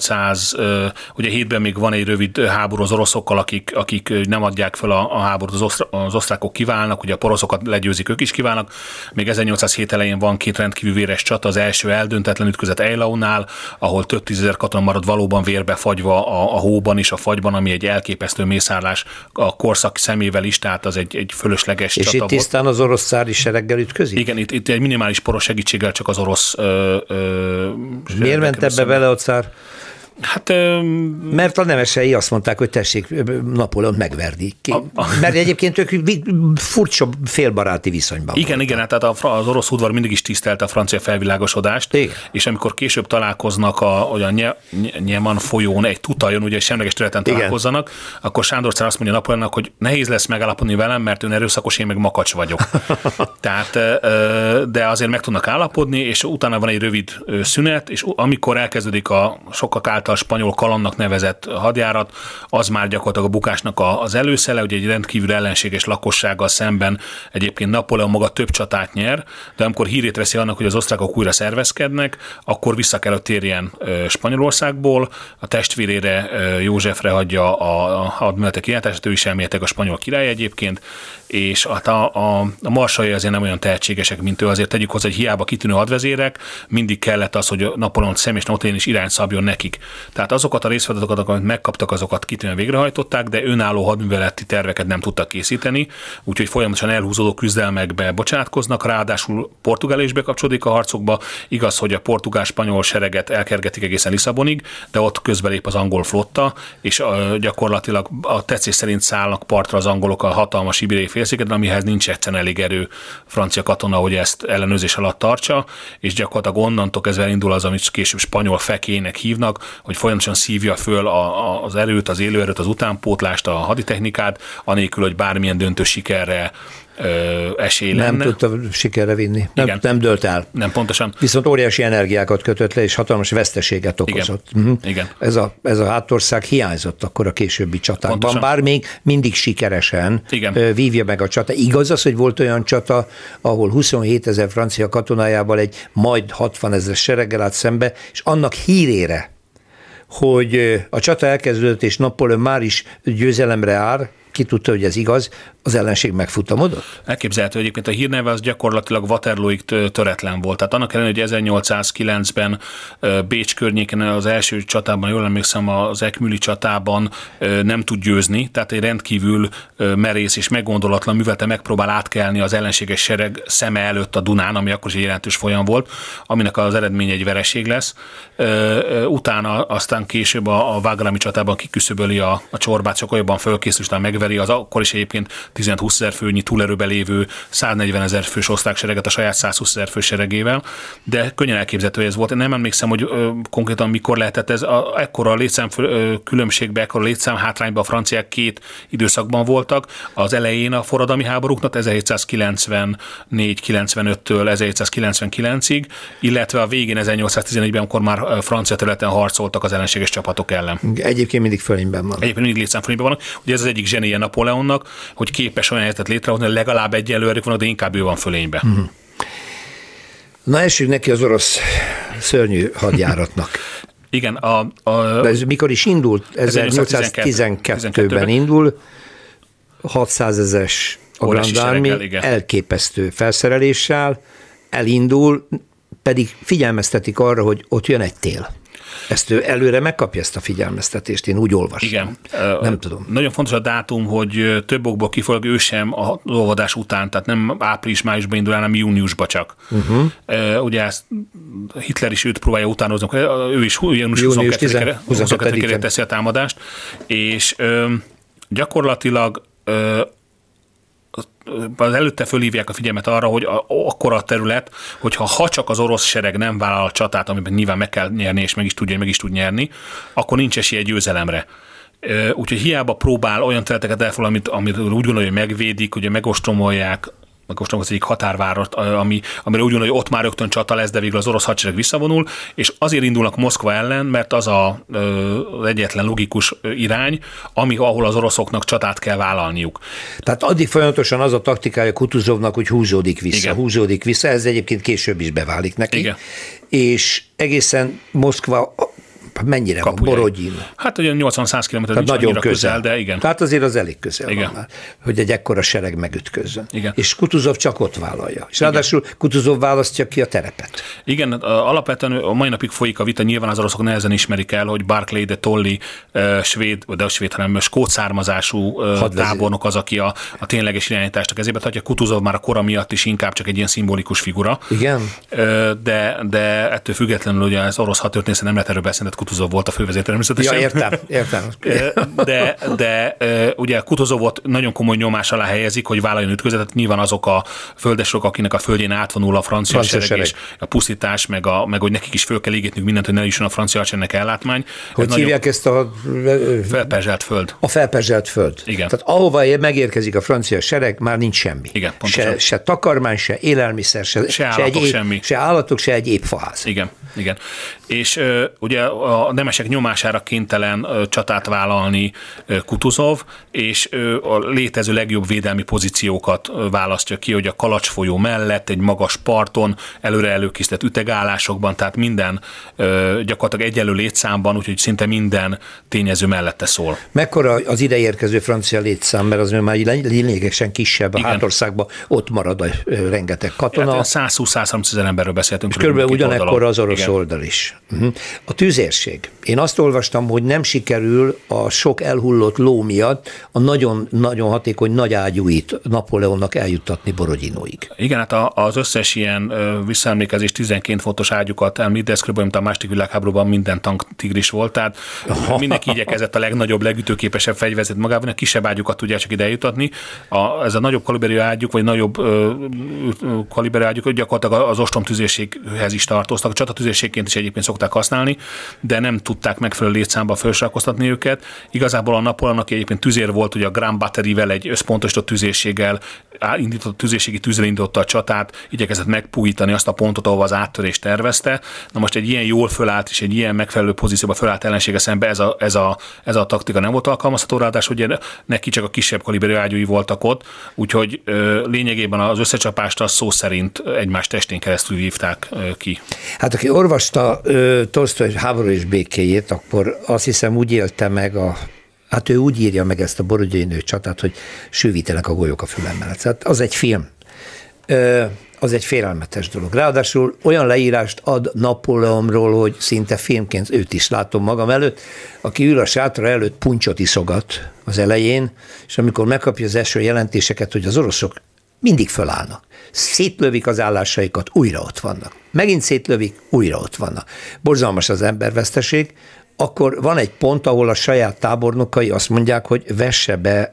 1807-ben még van egy rövid háború az oroszokkal, akik nem adják fel a háborút, az osztrákok kiválnak, ugye a poroszokat legyőzik, ők is kiválnak. Még 1807 elején van 2 rendkívül véres csata, az első eldöntetlen ütközet Eylaunál, ahol több 10 000 katona marad valóban vérbe fagyva a hóban és a fagyban, ami egy elképesztő mészárlás a korszak szemével is, tehát az egy fölösleges és csata itt tisztán az orosz cári sereggel ütközik? Igen, itt egy minimális poros segítséggel csak az orosz... Miért ment ebbe bele a cár? Hát, mert a nemesei azt mondták, hogy tessék Napóleont megverni. Mert egyébként ők furcsa félbaráti viszonyban igen, tehát az orosz udvar mindig is tisztelte a francia felvilágosodást, igen. És amikor később találkoznak a Nyeman folyón, egy tutajon, ugye semleges területen találkozzanak, akkor Sándor cár azt mondja Napóleonnak, hogy nehéz lesz megállapodni velem, mert ön erőszakos, én meg makacs vagyok. Tehát, de azért meg tudnak állapodni, és utána van egy rövid szünet, és amikor elkezdődik a sokak által által spanyol kalandnak nevezett hadjárat, az már gyakorlatilag a bukásnak az előszele, ugye egy rendkívül ellenséges lakossággal szemben egyébként Napóleon maga több csatát nyer, de amikor hírét veszi annak, hogy az osztrákok újra szervezkednek, akkor vissza kell, hogy térjen Spanyolországból, a testvérére, Józsefre hagyja a hadműveletek irányítását, ő is elméletek a spanyol király egyébként, és a marsai azért nem olyan tehetségesek, mint ő, azért tegyük hozzá, hogy hiába kitűnő hadvezérek, mindig kellett az, hogy Napóleon személyes notén is irányt szabjon nekik. Tehát azokat a részfeladatokat, amit megkaptak, azokat kitűnően végrehajtották, de önálló hadműveleti terveket nem tudtak készíteni, úgyhogy folyamatosan elhúzódó küzdelmekbe bocsátkoznak, ráadásul Portugália is bekapcsolódik a harcokba. Igaz, hogy a portugál-spanyol sereget elkergetik egészen Lisszabonig, de ott közbelép az angol flotta, és gyakorlatilag a tetszés szerint szállnak partra az angolok a hatalmas ibériai félszigeten, amihez nincs egyszerűen elég erő francia katona, hogy ezt ellenőrzés alatt tartsa, és gyakorlatilag onnantól kezdve elindul az, amit később spanyol fekének hívnak, hogy folyamatosan szívja föl az erőt, az élőerőt, az utánpótlást, a haditechnikát, anélkül, hogy bármilyen döntő sikerre esély lenne. Nem tudta sikerre vinni. Nem dölt el. Nem, pontosan. Viszont óriási energiákat kötött le, és hatalmas veszteséget okozott. Igen. Ez a hátország hiányzott akkor a későbbi csatákban, Pontosan. bár még mindig sikeresen vívja meg a csata. Igaz az, hogy volt olyan csata, ahol 27 000 francia katonájával egy majd 60 000 sereggel állt szembe, és annak hírére, hogy a csata elkezdődött, és Napóleon már is győzelemre áll, ki tudta, hogy ez igaz, az ellenség megfutamodott? Elképzelhető, egyébként a hírneve az gyakorlatilag Waterlooig töretlen volt. Tehát annak ellenére, hogy 1809-ben Bécs környéken az első csatában, jól emlékszem, az Eckmühli csatában nem tud győzni, tehát egy rendkívül merész és meggondolatlan művelete megpróbál átkelni az ellenséges sereg szeme előtt a Dunán, ami akkor is egy jelentős folyam volt, aminek az eredménye egy vereség lesz. Utána aztán később a Wagrami csatában kiküszöböli a csorbát, sokkal jobban fölkészül, aztán megveri az akkor is egyébként 15-20 000 főnyi túlerőbe lévő 140 000 fős osztrák sereget a saját 120 000 fős seregével, de könnyen elképzelhető, hogy ez volt. Nem emlékszem, hogy konkrétan mikor lehetett ez. Ekkora létszám különbségbe, ekkora létszám hátrányban a franciák két időszakban voltak. Az elején a forradalmi háborúknak 1794-95-től 1799-ig, illetve a végén 1814-ben, amikor már francia területen harcoltak az ellenséges csapatok ellen. Egyébként mindig fölényben van. Egyébként mindig létszámfölényben vannak. Ugye ez az egyik zsenie Napóleonnak, hogy képes olyan helyzetet létrehozni, hogy legalább egyenlő erők vannak, de inkább ő van fölénybe. Na, essünk neki az orosz szörnyű hadjáratnak. Igen. De ez mikor is indult? 1812-ben indul, 600 000 a Grand Army, elképesztő felszereléssel, elindul, pedig figyelmeztetik arra, hogy ott jön egy tél. Ezt ő előre megkapja, ezt a figyelmeztetést, én úgy olvasom. Igen. Nem tudom. Nagyon fontos a dátum, hogy több okból kifolyólag ő sem a olvadás után, tehát nem április-májusban indul, hanem júniusban csak. Ugye ezt Hitler is őt próbálja utánozni, ő is június 22-ére teszi a támadást, és gyakorlatilag az előtte fölhívják a figyelmet arra, hogy akkora a terület, hogyha ha csak az orosz sereg nem vállal a csatát, amiben nyilván meg kell nyerni, és meg is tud nyerni, akkor nincs esélye győzelemre. Úgyhogy hiába próbál olyan területeket elfoglalni, amit úgy gondolja, hogy megvédik, ugye megostromolják az egyik határvárat, amire úgy gondolja, hogy ott már rögtön csata lesz, de végül az orosz hadsereg visszavonul, és azért indulnak Moszkva ellen, mert az az egyetlen logikus irány, ahol az oroszoknak csatát kell vállalniuk. Tehát addig folyamatosan az a taktikája Kutuzovnak, hogy húzódik vissza, ez egyébként később is beválik neki. Igen. És egészen Moszkva mennyire van? Borodin. Hát ugye 80-100 km nincs nagyon közel, de igen. Tehát azért az elég közel van már, hogy egy ekkora sereg megütközzön. Igen. És Kutuzov csak ott vállalja. És ráadásul Kutuzov választja ki a terepet. Igen, alapvetően a mai napig folyik a vita, nyilván az oroszok nehezen ismerik el, hogy Barclay de Tolly skót származású tábornok az, aki a tényleges irányítást a kezébe tartja. Kutuzov már a kora miatt is inkább csak egy ilyen szimbolikus figura. Igen. De ettől függetlenül ugye az orosz hadtörténészet nem lehet erről beszélni, Kutuzov volt a fővezér természetesen. Ja, értem. De ugye Kutuzovot nagyon komoly nyomás alá helyezik, hogy vállaljon ütközetet. Nyilván azok a földesok, akinek a földjén átvonul a francia sereg, és a pusztítás, meg hogy nekik is föl kell égetniük mindent, hogy ne jusson a francia hadseregnek ellátmány. Hogy hívják ezt a... Felperzselt föld. A felperzselt föld. Igen. Tehát ahova megérkezik a francia sereg, már nincs semmi. Igen, pontosan. Se takarmány, se élelmiszer, se állatok, semmi. Se állatok, se egy épp faház. Igen. Igen. És ugye a nemesek nyomására kénytelen csatát vállalni Kutuzov, és a létező legjobb védelmi pozíciókat választja ki, hogy a Kalacs folyó mellett, egy magas parton, előre előkészített ütegállásokban, tehát minden gyakorlatilag egyenlő létszámban, úgyhogy szinte minden tényező mellette szól. Mekkora az ideérkező francia létszám, mert az már lényegesen kisebb a hátországban, ott marad a rengeteg katona. Hát 120-130 ezer emberről beszéltünk. És körülbelül ugyanekkor az orosz oldal is. A tüzérség. Én azt olvastam, hogy nem sikerül a sok elhullott ló miatt a nagyon hatékony nagy ágyúit Napóleonnak eljuttatni Borodinóig. Igen, hát az összes ilyen visszaemlékezés 12 fontos ágyukat említ, de ez kb. Mint a második világháborúban minden tank Tigris volt, tehát mindenki igyekezett a legnagyobb, legütőképesebb fegyverzet magában, a kisebb ágyukat tudják csak ide eljutatni. Ez a nagyobb kaliberű ágyuk, vagy nagyobb kaliberű ágyuk gyakorlatilag az ostromtüzérséghez is tartoztak, a csatatüzérségként is egyébként szokták használni, de nem tudták megfelelő létszámba felsorakoztatni őket. Igazából a Napóleonnak egyébként tüzér volt, hogy a Grand Battery-vel egy összpontosított tüzérséggel tüzérségi tűzzel indította a csatát, igyekezett megpuhítani azt a pontot, ahol az áttörést tervezte. Na most egy ilyen jól fölállt és egy ilyen megfelelő pozícióba fölállt ellensége szembe ez a taktika nem volt alkalmazható, ráadásul ugye neki csak a kisebb kaliberű ágyúi voltak ott, úgyhogy lényegében az összecsapást az szó szerint egymás testén keresztül vívták ki. Hát aki olvasta Tolsztoj Háború és békéjét, akkor azt hiszem úgy élte meg hát ő úgy írja meg ezt a Borodinó csatát, hogy sűvítenek a golyók a fülem mellett. Hát az egy film. Az egy félelmetes dolog. Ráadásul olyan leírást ad Napóleonról, hogy szinte filmként őt is látom magam előtt, aki ül a sátra előtt puncsot iszogat az elején, és amikor megkapja az első jelentéseket, hogy az oroszok mindig fölállnak. Szétlövik az állásaikat, újra ott vannak. Megint szétlövik, újra ott vannak. Borzalmas az emberveszteség, akkor van egy pont, ahol a saját tábornokai azt mondják, hogy vesse be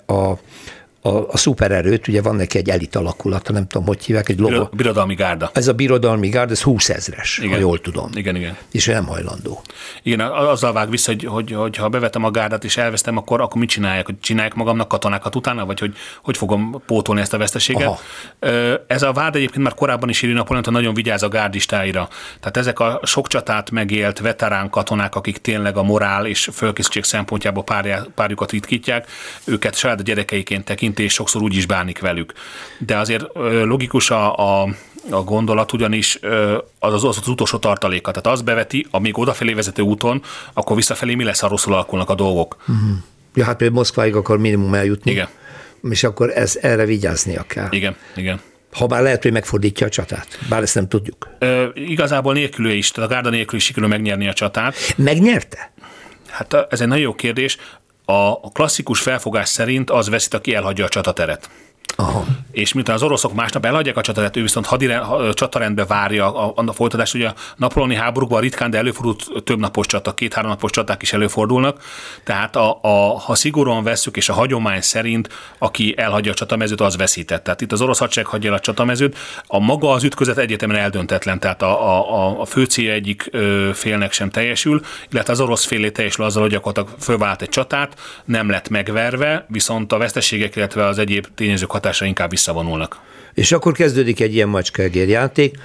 a szupererőt, ugye van neki egy elit alakulata, nem tudom, hogy hívják, egy logo. Birodalmi gárda. Ez a birodalmi gárda, ez 20 000-es, ha jól tudom. Igen. És ő nem hajlandó. Igen, azzal vág vissza, hogy ha bevetem a gárdát és elvesztem, akkor mit csinálják? Hogy csinálják magamnak katonákat utána, vagy hogy fogom pótolni ezt a veszteséget? Aha. Ez a vád egyébként már korábban is írja Napóleon, hogy nagyon vigyáz a gárdistáira. Tehát ezek a sok csatát megélt veterán katonák, akik tényleg a morál és fölkészültség szempontjából párjukat ritkítják, őket saját a gyerekeiként tekint, és sokszor úgy is bánik velük. De azért logikus a gondolat, ugyanis az utolsó tartaléka. Tehát az beveti, amíg odafelé vezető úton, akkor visszafelé mi lesz, ha rosszul alakulnak a dolgok. Uh-huh. Ja, hát például Moszkváig akar minimum eljutni. Igen. És akkor erre vigyáznia kell. Igen. Ha bár lehet, hogy megfordítja a csatát. Bár ezt nem tudjuk. Igazából nélkül is, tehát a gárda nélkül is sikerül megnyerni a csatát. Megnyerte? Hát ez egy nagyon jó kérdés. A klasszikus felfogás szerint az veszít, aki elhagyja a csatateret. Aha. És miután az oroszok másnap elhagyják a csatateret, ő viszont csatarendbe várja a folytatást. Ugye a napóleoni háborúkban ritkán, de előfordult több napos csata, 2-3 napos csaták is előfordulnak. Tehát ha szigorúan vesszük, és a hagyomány szerint, aki elhagyja a csatamezőt, az veszített. Tehát itt az orosz hadsereg hagyja el a csatamezőt. Maga az ütközet egyetemen eldöntetlen, tehát a fő célja egyik félnek sem teljesül, illetve az orosz félé teljesül azzal, hogy gyakorlatilag fölvált egy csatát, nem lett megverve, viszont a veszteségek, illetve az egyéb tényezők hatásra inkább visszavonulnak. És akkor kezdődik egy ilyen macskágér játék.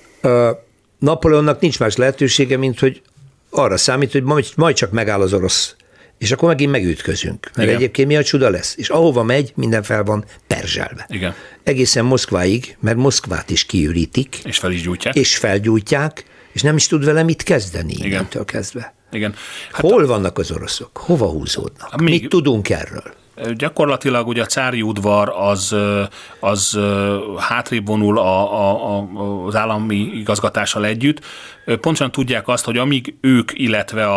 Napóleonnak nincs más lehetősége, mint hogy arra számít, hogy majd csak megáll az orosz, és akkor megint megütközünk. Mert igen. Egyébként mi a csuda lesz? És ahova megy, minden fel van perzselve. Igen. Egészen Moszkváig, mert Moszkvát is kiürítik. És fel is gyújtják. És felgyújtják, és nem is tud vele mit kezdeni innentől kezdve. Igen. Hát hol vannak az oroszok? Hova húzódnak? Mit tudunk erről? Gyakorlatilag ugye a cári udvar az hátrébb vonul az állami igazgatással együtt. Pontosan tudják azt, hogy amíg ők, illetve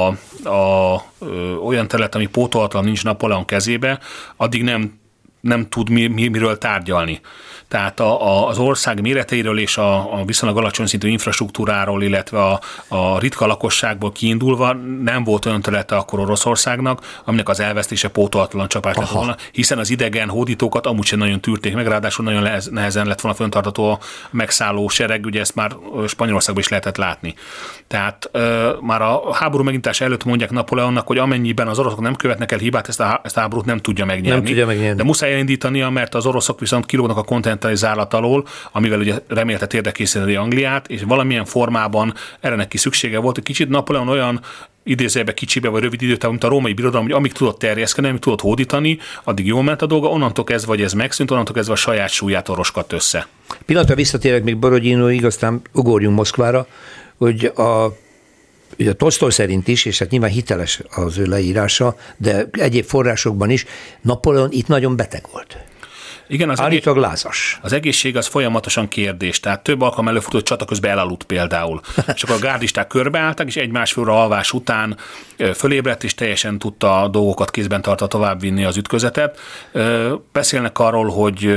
olyan terület, ami pótolatlan nincs Napóleon kezébe, addig nem tud miről tárgyalni. Tehát az ország méreteiről és a viszonylag alacsony szintű infrastruktúráról, illetve a ritka lakosságból kiindulva nem volt olyan területe akkor Oroszországnak, aminek az elvesztése pótolatlan csapás lett volna, hiszen az idegen hódítókat amúgy sem nagyon tűrték meg, ráadásul nagyon nehezen lett volna fenntartható a megszálló sereg, ugye ezt már Spanyolországban is lehetett látni. Tehát már a háború megintása előtt mondják Napóleonnak, hogy amennyiben az oroszok nem követnek el hibát, ezt a háborút nem tudja megnyerni. De muszáj elindítania, mert az oroszok viszont kilógnak a kontinentális zárlat alól, amivel ugye remélte térdekészíteni Angliát, és valamilyen formában erre neki szüksége volt. Egy kicsit Napóleon olyan idézőjelben kicsibe vagy rövid időtávon, mint a római birodalom, hogy amíg tudott terjeszkedni, amíg tudott hódítani, addig jól ment a dolga, onnantól kezdve, hogy ez megszűnt, onnantól kezdve a saját súlyát roskadt össze. Pillanatra visszatérek még Borodinóig, aztán ugorjunk Moszkvára, hogy ugye a Tolsztoj szerint is, és hát nyilván hiteles az ő leírása, de egyéb forrásokban is, Napóleon itt nagyon beteg volt. Igen, állítólag lázas. Az egészség az folyamatosan kérdés, tehát több alkalom előfordult, hogy csata közben elaludt például. És akkor a gárdisták körbeálltak, és egy-másfél óra alvás után fölébredt, és teljesen tudta a dolgokat kézben tartva továbbvinni az ütközetet. Beszélnek arról, hogy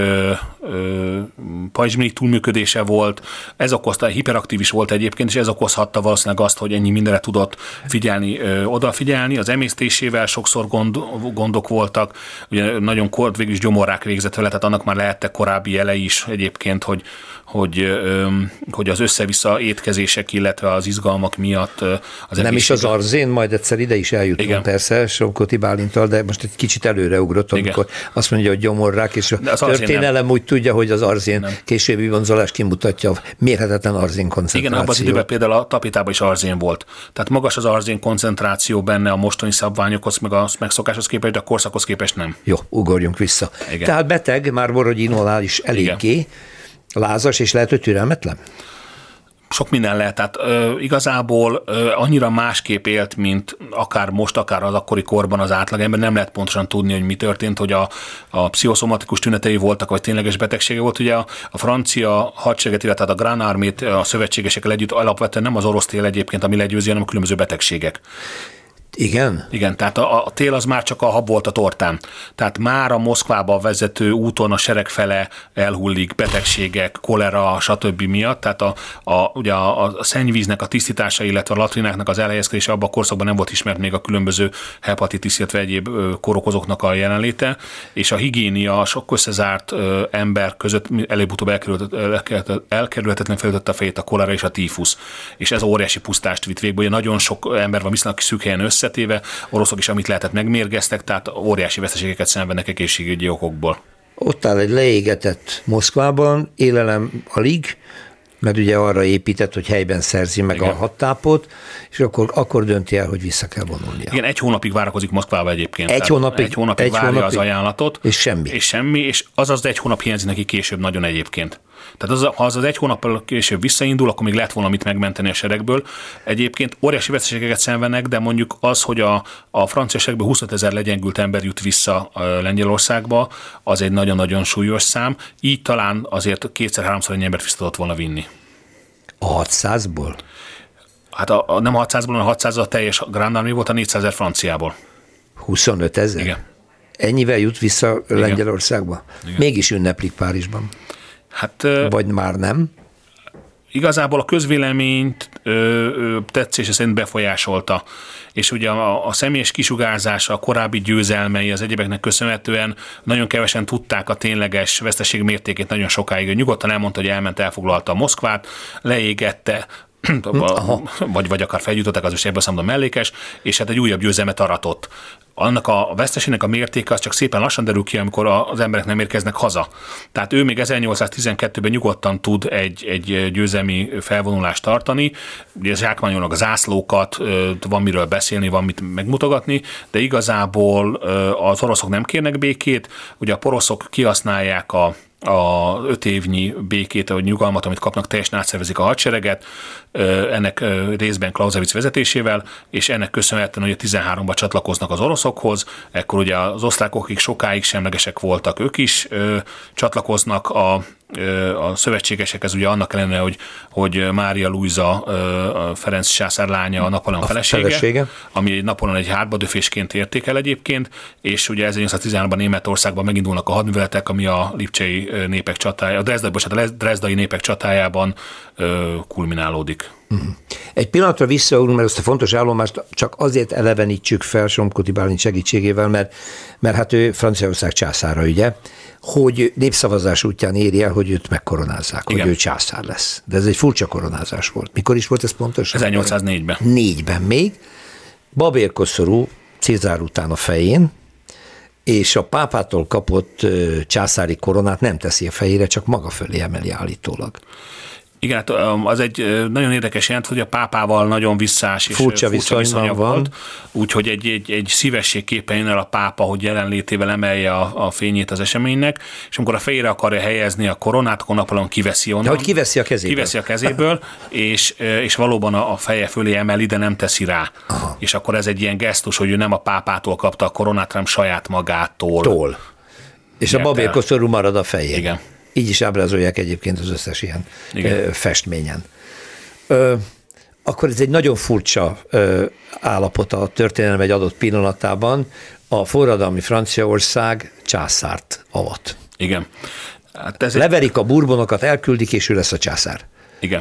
pajzsmirigy túlműködése volt, ez okozta, hiperaktív is volt egyébként, és ez okozhatta valószínűleg azt, hogy ennyi mindenre tudott odafigyelni. Az emésztésével sokszor gondok voltak, ugye nagyon végül is gyomorrák végzett vele, tehát annak már lehettek korábbi jelei is egyébként, hogy az össze-vissza étkezések, illetve az izgalmak miatt az nem is az arzén, majd egyszer ide is eljutunk. Igen. Persze, Somkoti Bálintal, de most egy kicsit előreugrott, amikor azt mondja, hogy gyomorrák, és a történelem úgy tudja, hogy az arzén későbbi vonzolás kimutatja a mérhetetlen arzén koncentráció. Igen, abban az időben például a tapétában is arzén volt. Tehát magas az arzén koncentráció benne a mostani szabványokhoz, meg a megszokáshoz képest, de a korszakhoz képest nem. Jó, ugorjunk vissza. Igen. Tehát beteg, már Borodinónál is eléggé, lázas, és lehet, hogy türelmetlen? Sok minden lehet, tehát igazából annyira másképp élt, mint akár most, akár az akkori korban az átlagember, nem lehet pontosan tudni, hogy mi történt, hogy a pszichoszomatikus tünetei voltak, vagy tényleges betegsége volt. Ugye a francia hadsereget, illetve a Grand Armét a szövetségesekkel együtt alapvetően nem az orosz tél egyébként, ami legyőzi, hanem a különböző betegségek. Igen? Igen, tehát a tél az már csak a hab volt a tortán. Tehát már a Moszkvába vezető úton a sereg fele elhullik betegségek, kolera, stb. Miatt. Tehát ugye a szennyvíznek a tisztítása, illetve a latrináknak az elhelyezkedése abban a korszakban nem volt ismert még a különböző hepatitis, illetve egyéb kórokozóknak a jelenléte, és a higiénia, a sok összezárt ember között előbb-utóbb elkerülhetetlen felütötte a fejét a kolera és a tífusz. És ez óriási pusztást vitt végbe, ugye nagyon sok ember van viszonylag szűk helyen összetéve, oroszok is, amit lehetett, megmérgeztek, tehát óriási veszteségeket szenvednek egészségügyi okokból. Ott áll egy leégetett Moszkvában, élelem alig, mert ugye arra épített, hogy helyben szerzi meg a hadtápot, és akkor dönti el, hogy vissza kell vonulnia. Igen, 1 hónapig várakozik Moszkvába egyébként. Egy hónapig várja az ajánlatot. És semmi. És az 1 hónap hiányzik neki később nagyon egyébként. Tehát ha az 1 hónappal később visszaindul, akkor még lehet volna mit megmenteni a seregből. Egyébként óriási veszteségeket szenvednek, de mondjuk az, hogy a francia seregből 25 000 legyengült ember jut vissza Lengyelországba, az egy nagyon-nagyon súlyos szám. Így talán azért 2-3-szor ennyi embert vissza tudott volna vinni. A 600-ból? Hát nem a 600-ból, hanem a 600 a teljes Grand Army volt, a 400 000 franciából. 25 000? Igen. Ennyivel jut vissza Lengyelországba? Igen. Mégis ünneplik Párizsban. Hát, vagy már nem? Igazából a közvéleményt tetszése szerint befolyásolta. És ugye a személyes kisugárzása, a korábbi győzelmei az egyébeknek köszönhetően nagyon kevesen tudták a tényleges veszteség mértékét nagyon sokáig. Nyugodtan elmondta, hogy elfoglalta a Moszkvát, leégette, vagy akár felgyújtották, az is ebből számomra mellékes, és hát egy újabb győzelmet aratott. Annak a veszteségnek a mértéke az csak szépen lassan derül ki, amikor az emberek nem érkeznek haza. Tehát ő még 1812-ben nyugodtan tud egy győzelmi felvonulást tartani, ugye zsákmányolnak a zászlókat, van miről beszélni, van mit megmutogatni, de igazából az oroszok nem kérnek békét, ugye a poroszok kihasználják a 5 évnyi békét, vagy nyugalmat, amit kapnak, teljesen átszervezik a hadsereget, ennek részben Clausewitz vezetésével, és ennek köszönhetően, hogy a 13-ban csatlakoznak az oroszokhoz, ekkor ugye az osztrákok, akik sokáig semlegesek voltak, ők is csatlakoznak a szövetségesekhez, ugye annak ellenére, hogy Mária Luisa Ferenc császár lánya, a Napóleon felesége, ami Napóleon egy hátbadöfésként értékel egyébként, és ugye 1813-ban Németországban megindulnak a hadműveletek, ami a lipcsei népek csatája, a drezdai népek csatájában kulminálódik. Egy pillanatra visszaugrunk, mert ezt a fontos állomást csak azért elevenítsük fel Somkoti Bálint segítségével, mert hát ő Franciaország császára, ugye, hogy népszavazás útján éri el, hogy őt megkoronázzák, igen, hogy ő császár lesz. De ez egy furcsa koronázás volt. Mikor is volt ez pontosan? 1804-ben. 4-ben még. Babérkoszorú Cézár után a fején, és a pápától kapott császári koronát nem teszi a fejére, csak maga fölé emeli állítólag. Igen, hát az egy nagyon érdekes jelent, hogy a pápával nagyon visszás és furcsa viszonya volt, úgyhogy egy szívességképpen jön el a pápa, hogy jelenlétével emelje a fényét az eseménynek, és amikor a fejére akarja helyezni a koronát, akkor Napóleon kiveszi onnan. Hogy kiveszi a kezéből. Kiveszi a kezéből, és valóban a feje fölé emeli, de nem teszi rá. Aha. És akkor ez egy ilyen gesztus, hogy ő nem a pápától kapta a koronát, hanem saját magától. És a babérkoszorú marad a fején. Igen. Így is ábrázolják egyébként az összes ilyen festményen. Akkor ez egy nagyon furcsa állapot a történelem egy adott pillanatában. A forradalmi Franciaország császárt avat. Igen. Hát leverik a Bourbonokat, elküldik, és ő lesz a császár. Igen.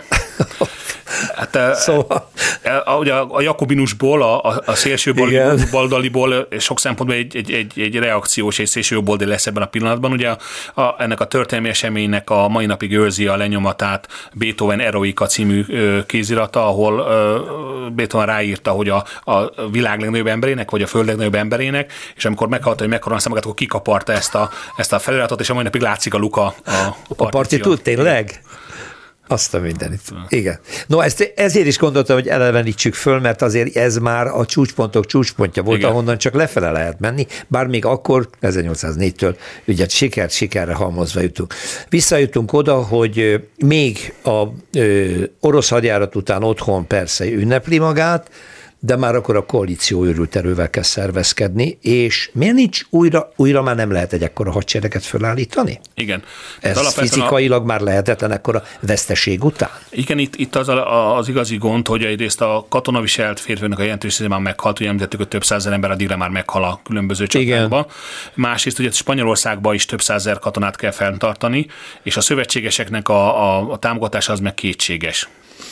Hát, szóval. Ugye a jakobinusból, a szélső baldaliból sok szempontból egy reakciós és szélső jobboldali lesz ebben a pillanatban. Ugye ennek a történelmi eseménynek a mai napig őrzi a lenyomatát Beethoven Eroica című kézirata, ahol Beethoven ráírta, hogy a világ legnagyobb emberének, vagy a föld legnagyobb emberének, és amikor meghalt, hogy megkoronázta magát, akkor kikaparta ezt a feliratot, és a mai napig látszik a luka a partitút, tényleg? Azt a mindenit. Igen. No, ezért is gondoltam, hogy elevenítsük föl, mert azért ez már a csúcspontok csúcspontja volt, igen, ahonnan csak lefele lehet menni, bár még akkor, 1804-től ugye sikerre halmozva jutunk. Visszajutunk oda, hogy még a orosz hadjárat után otthon persze ünnepli magát, de már akkor a koalíció őrült erővel kell szervezkedni, és miért nincs újra már nem lehet egy ekkora hadsereget fölállítani? Igen. Ez fizikailag már lehetetlen ekkora veszteség után? Igen, itt az igazi gond, hogy egyrészt a katonaviselt férfiaknak a jelentős része már meghalt, ugye említettük, hogy több százezer ember addigra már meghal a különböző csatákban. Másrészt ugye Spanyolországban is több százezer katonát kell fenntartani, és a szövetségeseknek a támogatása az meg kétséges.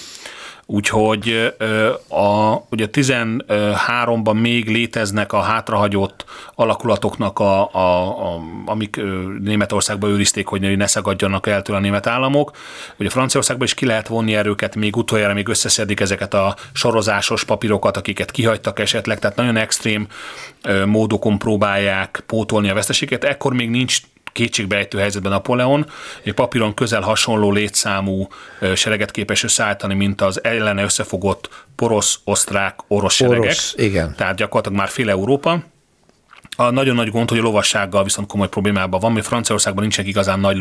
Úgyhogy ugye 13-ban még léteznek a hátrahagyott alakulatoknak, amik Németországban őrizték, hogy ne szagadjanak el tőle a német államok. Ugye Franciaországban is ki lehet vonni erőket, még utoljára még összeszedik ezeket a sorozásos papírokat, akiket kihagytak esetleg, tehát nagyon extrém módokon próbálják pótolni a veszteséget. Ekkor még nincs kétségbejtő helyzetben Napóleon, egy papíron közel hasonló létszámú sereget képes összeállítani, mint az ellene összefogott porosz, osztrák, orosz seregek. Igen. Tehát gyakorlatilag már fél Európa. A nagyon nagy gond, hogy a lovassággal viszont komoly problémában van, mert Franciaországban nincsenek igazán nagy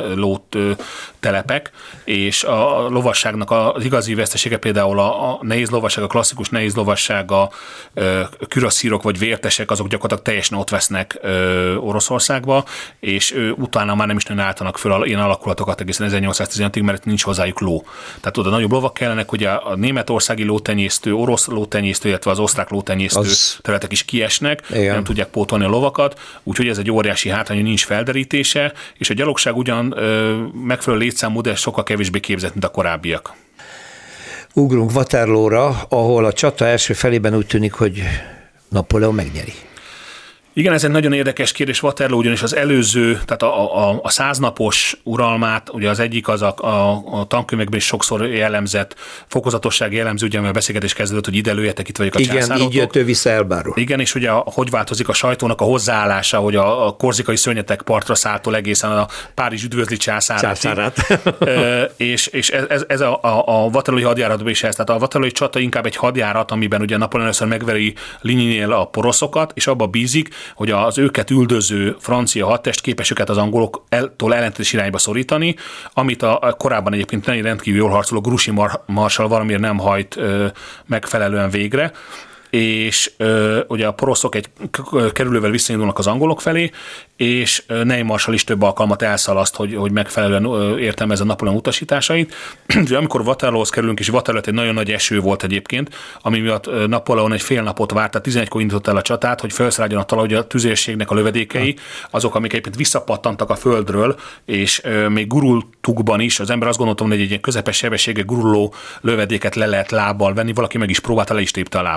lótelepek, és a lovasságnak az igazi vesztesége például a nehéz lovasság, a klasszikus nehéz lovasság, a kürasszírok vagy vértesek, azok gyakorlatilag teljesen ott vesznek Oroszországba, és utána már nem is nagyon álltanak föl ilyen alakulatokat egészen 1815-ig, mert nincs hozzájuk ló. Tehát oda nagyobb lovak kellenek, hogy a németországi lótenyésztő, orosz lótenyésztő, illetve az osztrák lótenyésztő területek is kiesnek, igen, nem tudják pótolni a lovakat, úgyhogy ez egy óriási hátrány, hogy nincs felderítése, és a gyalogság ugyan megfelelő létszámú, de sokkal kevésbé képzett, mint a korábbiak. Ugrunk Waterloo-ra, ahol a csata első felében úgy tűnik, hogy Napóleon megnyeri. Igen, ez egy nagyon érdekes kérdés. Waterloo ugyanis az előző, tehát a 100 napos uralmát, ugye az egyik az a tankönyvekben is sokszor jellemzett fokozatosság jellemző, ugye, mert a beszélgetés kezdődött, hogy ide lőjetek, itt vagyok a császárotok. Igen, így jött ő vissza Elbáról. Igen, és ugye hogy változik a sajtónak a hozzáállása, hogy a korzikai szörnyetek partra szálltól egészen a Párizs üdvözli császárát. És ez a waterlooi hadjáratban is ez. Tehát a waterlooi csata inkább egy hadjárat, amiben ugye Napóleon először megveri Lignynél a poroszokat, és abba bízik, hogy az őket üldöző francia hadtest képes őket az angoloktól ellentétes irányba szorítani, amit a korábban egyébként rendkívül jól harcoló Grouchy marsall valamiért nem hajt megfelelően végre, és ugye a poroszok egy kerülővel visszaindulnak az angolok felé, és Ney marshall is több alkalmat elszalaszt, hogy megfelelően értelmezze Napóleon utasításait. Amikor Waterloohoz kerülünk, és Waterloo egy nagyon nagy eső volt egyébként, ami miatt Napóleon egy fél napot várt, tehát 11-kor indított el a csatát, hogy felszálljon a talaj, hogy a tüzérségnek a lövedékei, azok, amik egyébként visszapattantak a földről, és még gurultukban is, az ember azt gondoltam, hogy egy ilyen közepes sebességgel guruló lövedéket le lehet lábbal venni, valaki meg is próbálta, le is tépte a lábát. Aha.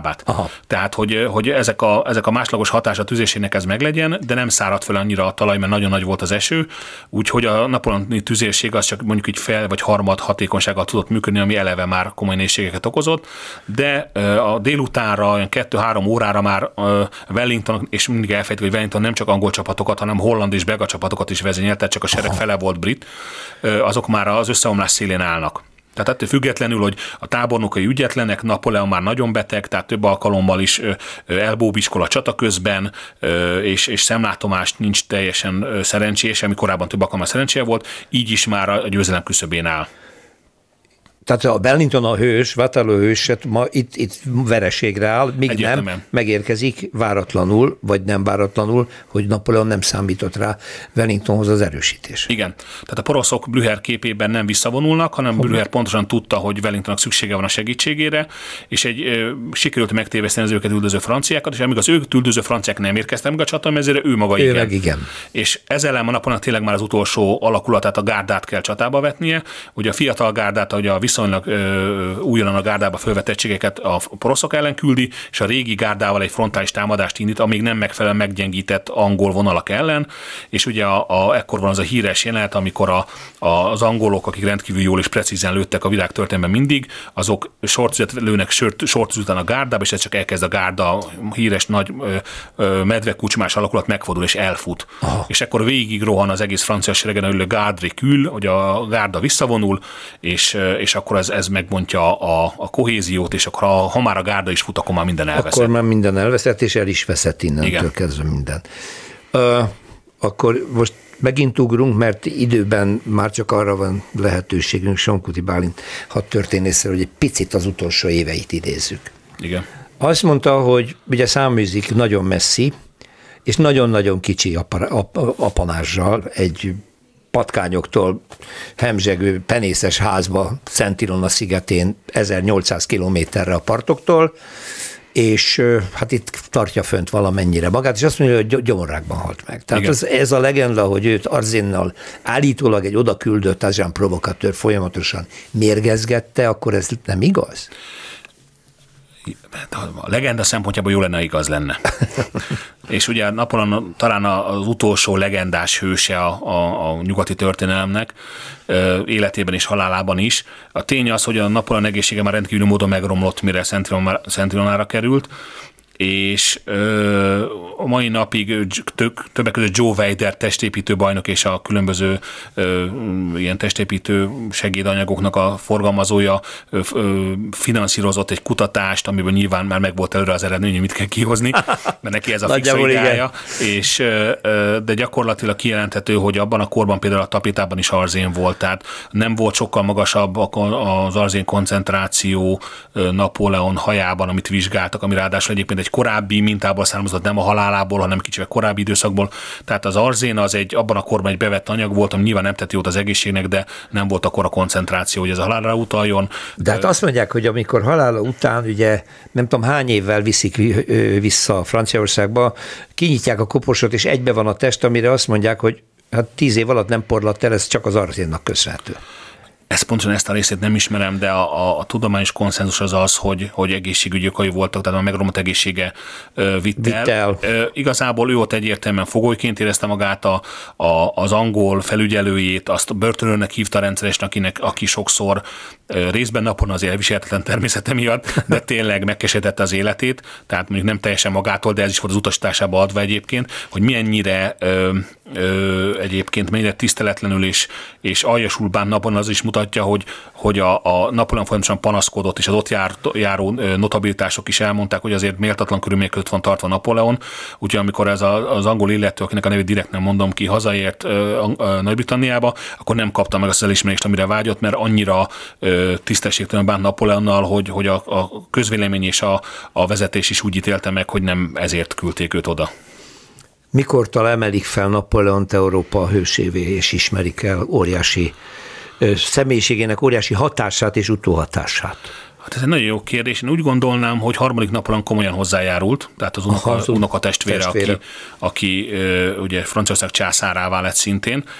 Tehát, hogy ezek a másodlagos hatása a tüzérségnek ez meglegyen, de nem szárad fel annyira a talaj, mert nagyon nagy volt az eső, úgyhogy a napoloni tüzérség az csak mondjuk így fel vagy harmad hatékonysággal tudott működni, ami eleve már komoly nehézségeket okozott, de a délutánra, olyan 2-3 órára már Wellington, és mindig elfejtik, hogy Wellington nem csak angol csapatokat, hanem holland és belga csapatokat is vezényelt, tehát csak a sereg fele volt brit, azok már az összeomlás szélén állnak. Tehát ettől függetlenül, hogy a tábornokai ügyetlenek, Napóleon már nagyon beteg, tehát több alkalommal is elbóbiskol a csata közben, és szemlátomást nincs teljesen szerencsés, ami korábban több alkalommal szerencséje volt, így is már a győzelem küszöbén áll. Tehát a Wellington a hős, Waterloo hős, ma itt vereségre áll, míg nem megérkezik váratlanul, vagy nem váratlanul, hogy Napóleon nem számított rá Wellingtonhoz az erősítés. Igen. Tehát a poroszok Blücher képében nem visszavonulnak, hanem Blücher pontosan tudta, hogy Wellingtonnak szüksége van a segítségére, és sikerült megtéveszteni az őket üldöző franciákat, és amíg az őket üldöző franciák nem érkeztek meg a csatamezőre, ő maga igen. És ezzel ellen a Napóleonnak tényleg már az utolsó alakulatát, a gárdát kell csatába vetnie. Ugye a fiatal gárdát, ugye a viszonylag újonnan a gárdába fölvett egységeket a poroszok ellen küldi, és a régi gárdával egy frontális támadást indít, amíg nem megfelelően meggyengített angol vonalak ellen, és ugye ekkor van az a híres jelenet, amikor az angolok, akik rendkívül jól és precízen lőttek a világ történelemben mindig, azok sortüzet lőnek sortüzet után a gárdába, és ez csak elkezd a gárda híres nagy medvekucsmás alakulat megfordul és elfut. Aha. És akkor végig rohan az egész francia seregen ülő gardre kül, hogy a gárda visszavonul, és akkor ez megbontja a kohéziót, és akkor ha már a gárda is fut, akkor már minden elveszett. Akkor már minden elveszett, és el is veszett innentől kezdve minden. Akkor most megint ugrunk, mert időben már csak arra van lehetőségünk Sonkuti Bálint hadtörténészről, hogy egy picit az utolsó éveit idézzük. Igen. Azt mondta, hogy ugye száműzik nagyon messzi, és nagyon-nagyon kicsi apanázsal egy patkányoktól hemzsegő penészes házba Szent Ilona szigetén 1800 kilométerre a partoktól, és hát itt tartja fönt valamennyire magát, és azt mondja, hogy gyomorrákban halt meg. Tehát ez a legenda, hogy őt Arzénnal állítólag egy oda küldött agent provokatőr folyamatosan mérgezgette, akkor ez nem igaz? A legenda szempontjából jó lenne, igaz lenne. És ugye Napóleon talán az utolsó legendás hőse a nyugati történelemnek, életében és halálában is. A tény az, hogy a Napóleon egészsége már rendkívül módon megromlott, mire Szent Ilonára került, és a mai napig többek között Joe Weider testépítő bajnok és a különböző ilyen testépítő segédanyagoknak a forgalmazója finanszírozott egy kutatást, amiből nyilván már megvolt előre az eredmény, hogy mit kell kihozni, mert neki ez a fix ideája, de gyakorlatilag kijelenthető, hogy abban a korban például a tapétában is arzén volt, tehát nem volt sokkal magasabb az arzén koncentráció Napóleon hajában, amit vizsgáltak, ami ráadásul egyébként egy korábbi mintából származott, nem a halálából, hanem kicsivel korábbi időszakból. Tehát az arzén az abban a korban egy bevett anyag volt, ami nyilván nem tett jót az egészségnek, de nem volt akkor a koncentráció, hogy ez a halálra utaljon. De hát azt mondják, hogy amikor halála után, ugye nem tudom hány évvel viszik vissza Franciaországba, kinyitják a koporsot, és egybe van a test, amire azt mondják, hogy hát 10 év alatt nem porladt el, ez csak az arzénnak köszönhető. Pontosan ezt a részét nem ismerem, de a tudományos konszenzus az, hogy egészségügyi okai voltak, tehát a megromlott egészsége vitt el. Igazából ő ott egyértelműen fogolyként érezte magát, az angol felügyelőjét, azt börtönőrnek hívta rendszeresen, aki sokszor részben napon az elviselhetetlen természete miatt, de tényleg megkeserítette az életét, tehát mondjuk nem teljesen magától, de ez is volt az utasításába adva egyébként, hogy mennyire tiszteletlenül és aljasul bán napon, az is mutatja, hogy a Napóleon folyamatosan panaszkodott, és az ott járó notabilitások is elmondták, hogy azért méltatlan körülmények között van tartva Napóleon, úgyhogy amikor ez az angol illető, akinek a nevét direkt nem mondom ki, hazaért Nagy-Britanniába, akkor nem kapta meg azt az elismerést, amire vágyott, mert annyira tisztességtelen bánt Napóleonnal, hogy a közvélemény és a vezetés is úgy ítélte meg, hogy nem ezért küldték őt oda. Mikortól emelik fel Napóleont Európa hősévé, és ismerik el óriási személyiségének óriási hatását és utóhatását? Hát ez egy nagyon jó kérdés. Én úgy gondolnám, hogy harmadik Napóleon komolyan hozzájárult, tehát az unokatestvére, aki ugye Franciaország császárává lett szintén.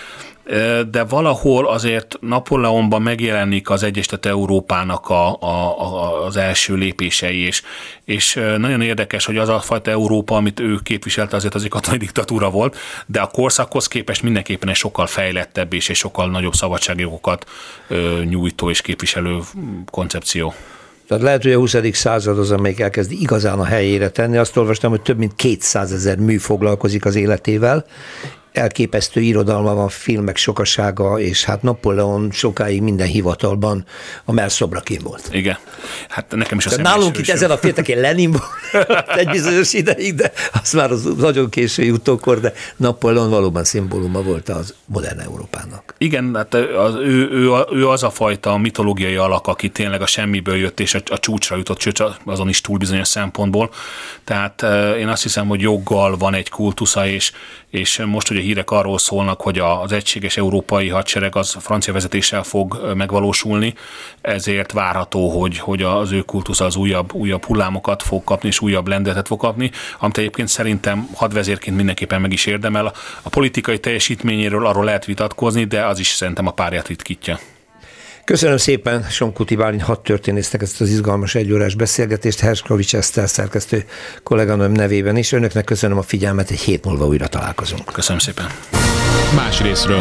de valahol azért Napóleonban megjelenik az egyesített Európának az első lépései, és nagyon érdekes, hogy az a fajta Európa, amit ő képviselte, azért az egy katonai diktatúra volt, de a korszakhoz képest mindenképpen egy sokkal fejlettebb és egy sokkal nagyobb szabadságjogokat nyújtó és képviselő koncepció. Tehát lehet, hogy a 20. század az, amelyik elkezdi igazán a helyére tenni. Azt olvastam, hogy több mint 200 000 mű foglalkozik az életével. Elképesztő irodalma van, filmek sokasága, és hát Napóleon sokáig minden hivatalban a mellszobrakin volt. Igen. Hát nekem is a nálunk itt ezen a féltekén Lenin volt egy bizonyos ideig, de az már az nagyon késői utókor, de Napóleon valóban szimbóluma volt az modern Európának. Igen, hát ő az a fajta mitológiai alak, aki tényleg a semmiből jött, és a csúcsra jutott, sőt azon is túl bizonyos szempontból. Tehát én azt hiszem, hogy joggal van egy kultusza, és most ugye hírek arról szólnak, hogy az egységes európai hadsereg az francia vezetéssel fog megvalósulni, ezért várható, hogy az ő kultusza az újabb hullámokat fog kapni, és újabb lendületet fog kapni, amit egyébként szerintem hadvezérként mindenképpen meg is érdemel. A politikai teljesítményéről arról lehet vitatkozni, de az is szerintem a párját ritkítja. Köszönöm szépen Sonkuti Bálint hadtörténésznek ezt az izgalmas egyórás beszélgetést, Herskovics Eszter szerkesztő kolléganőm nevében is. Önöknek köszönöm a figyelmet, egy hét múlva újra találkozunk. Köszönöm szépen. Más részről.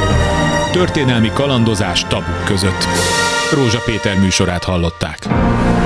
Történelmi kalandozás tabuk között. Rózsa Péter műsorát hallották.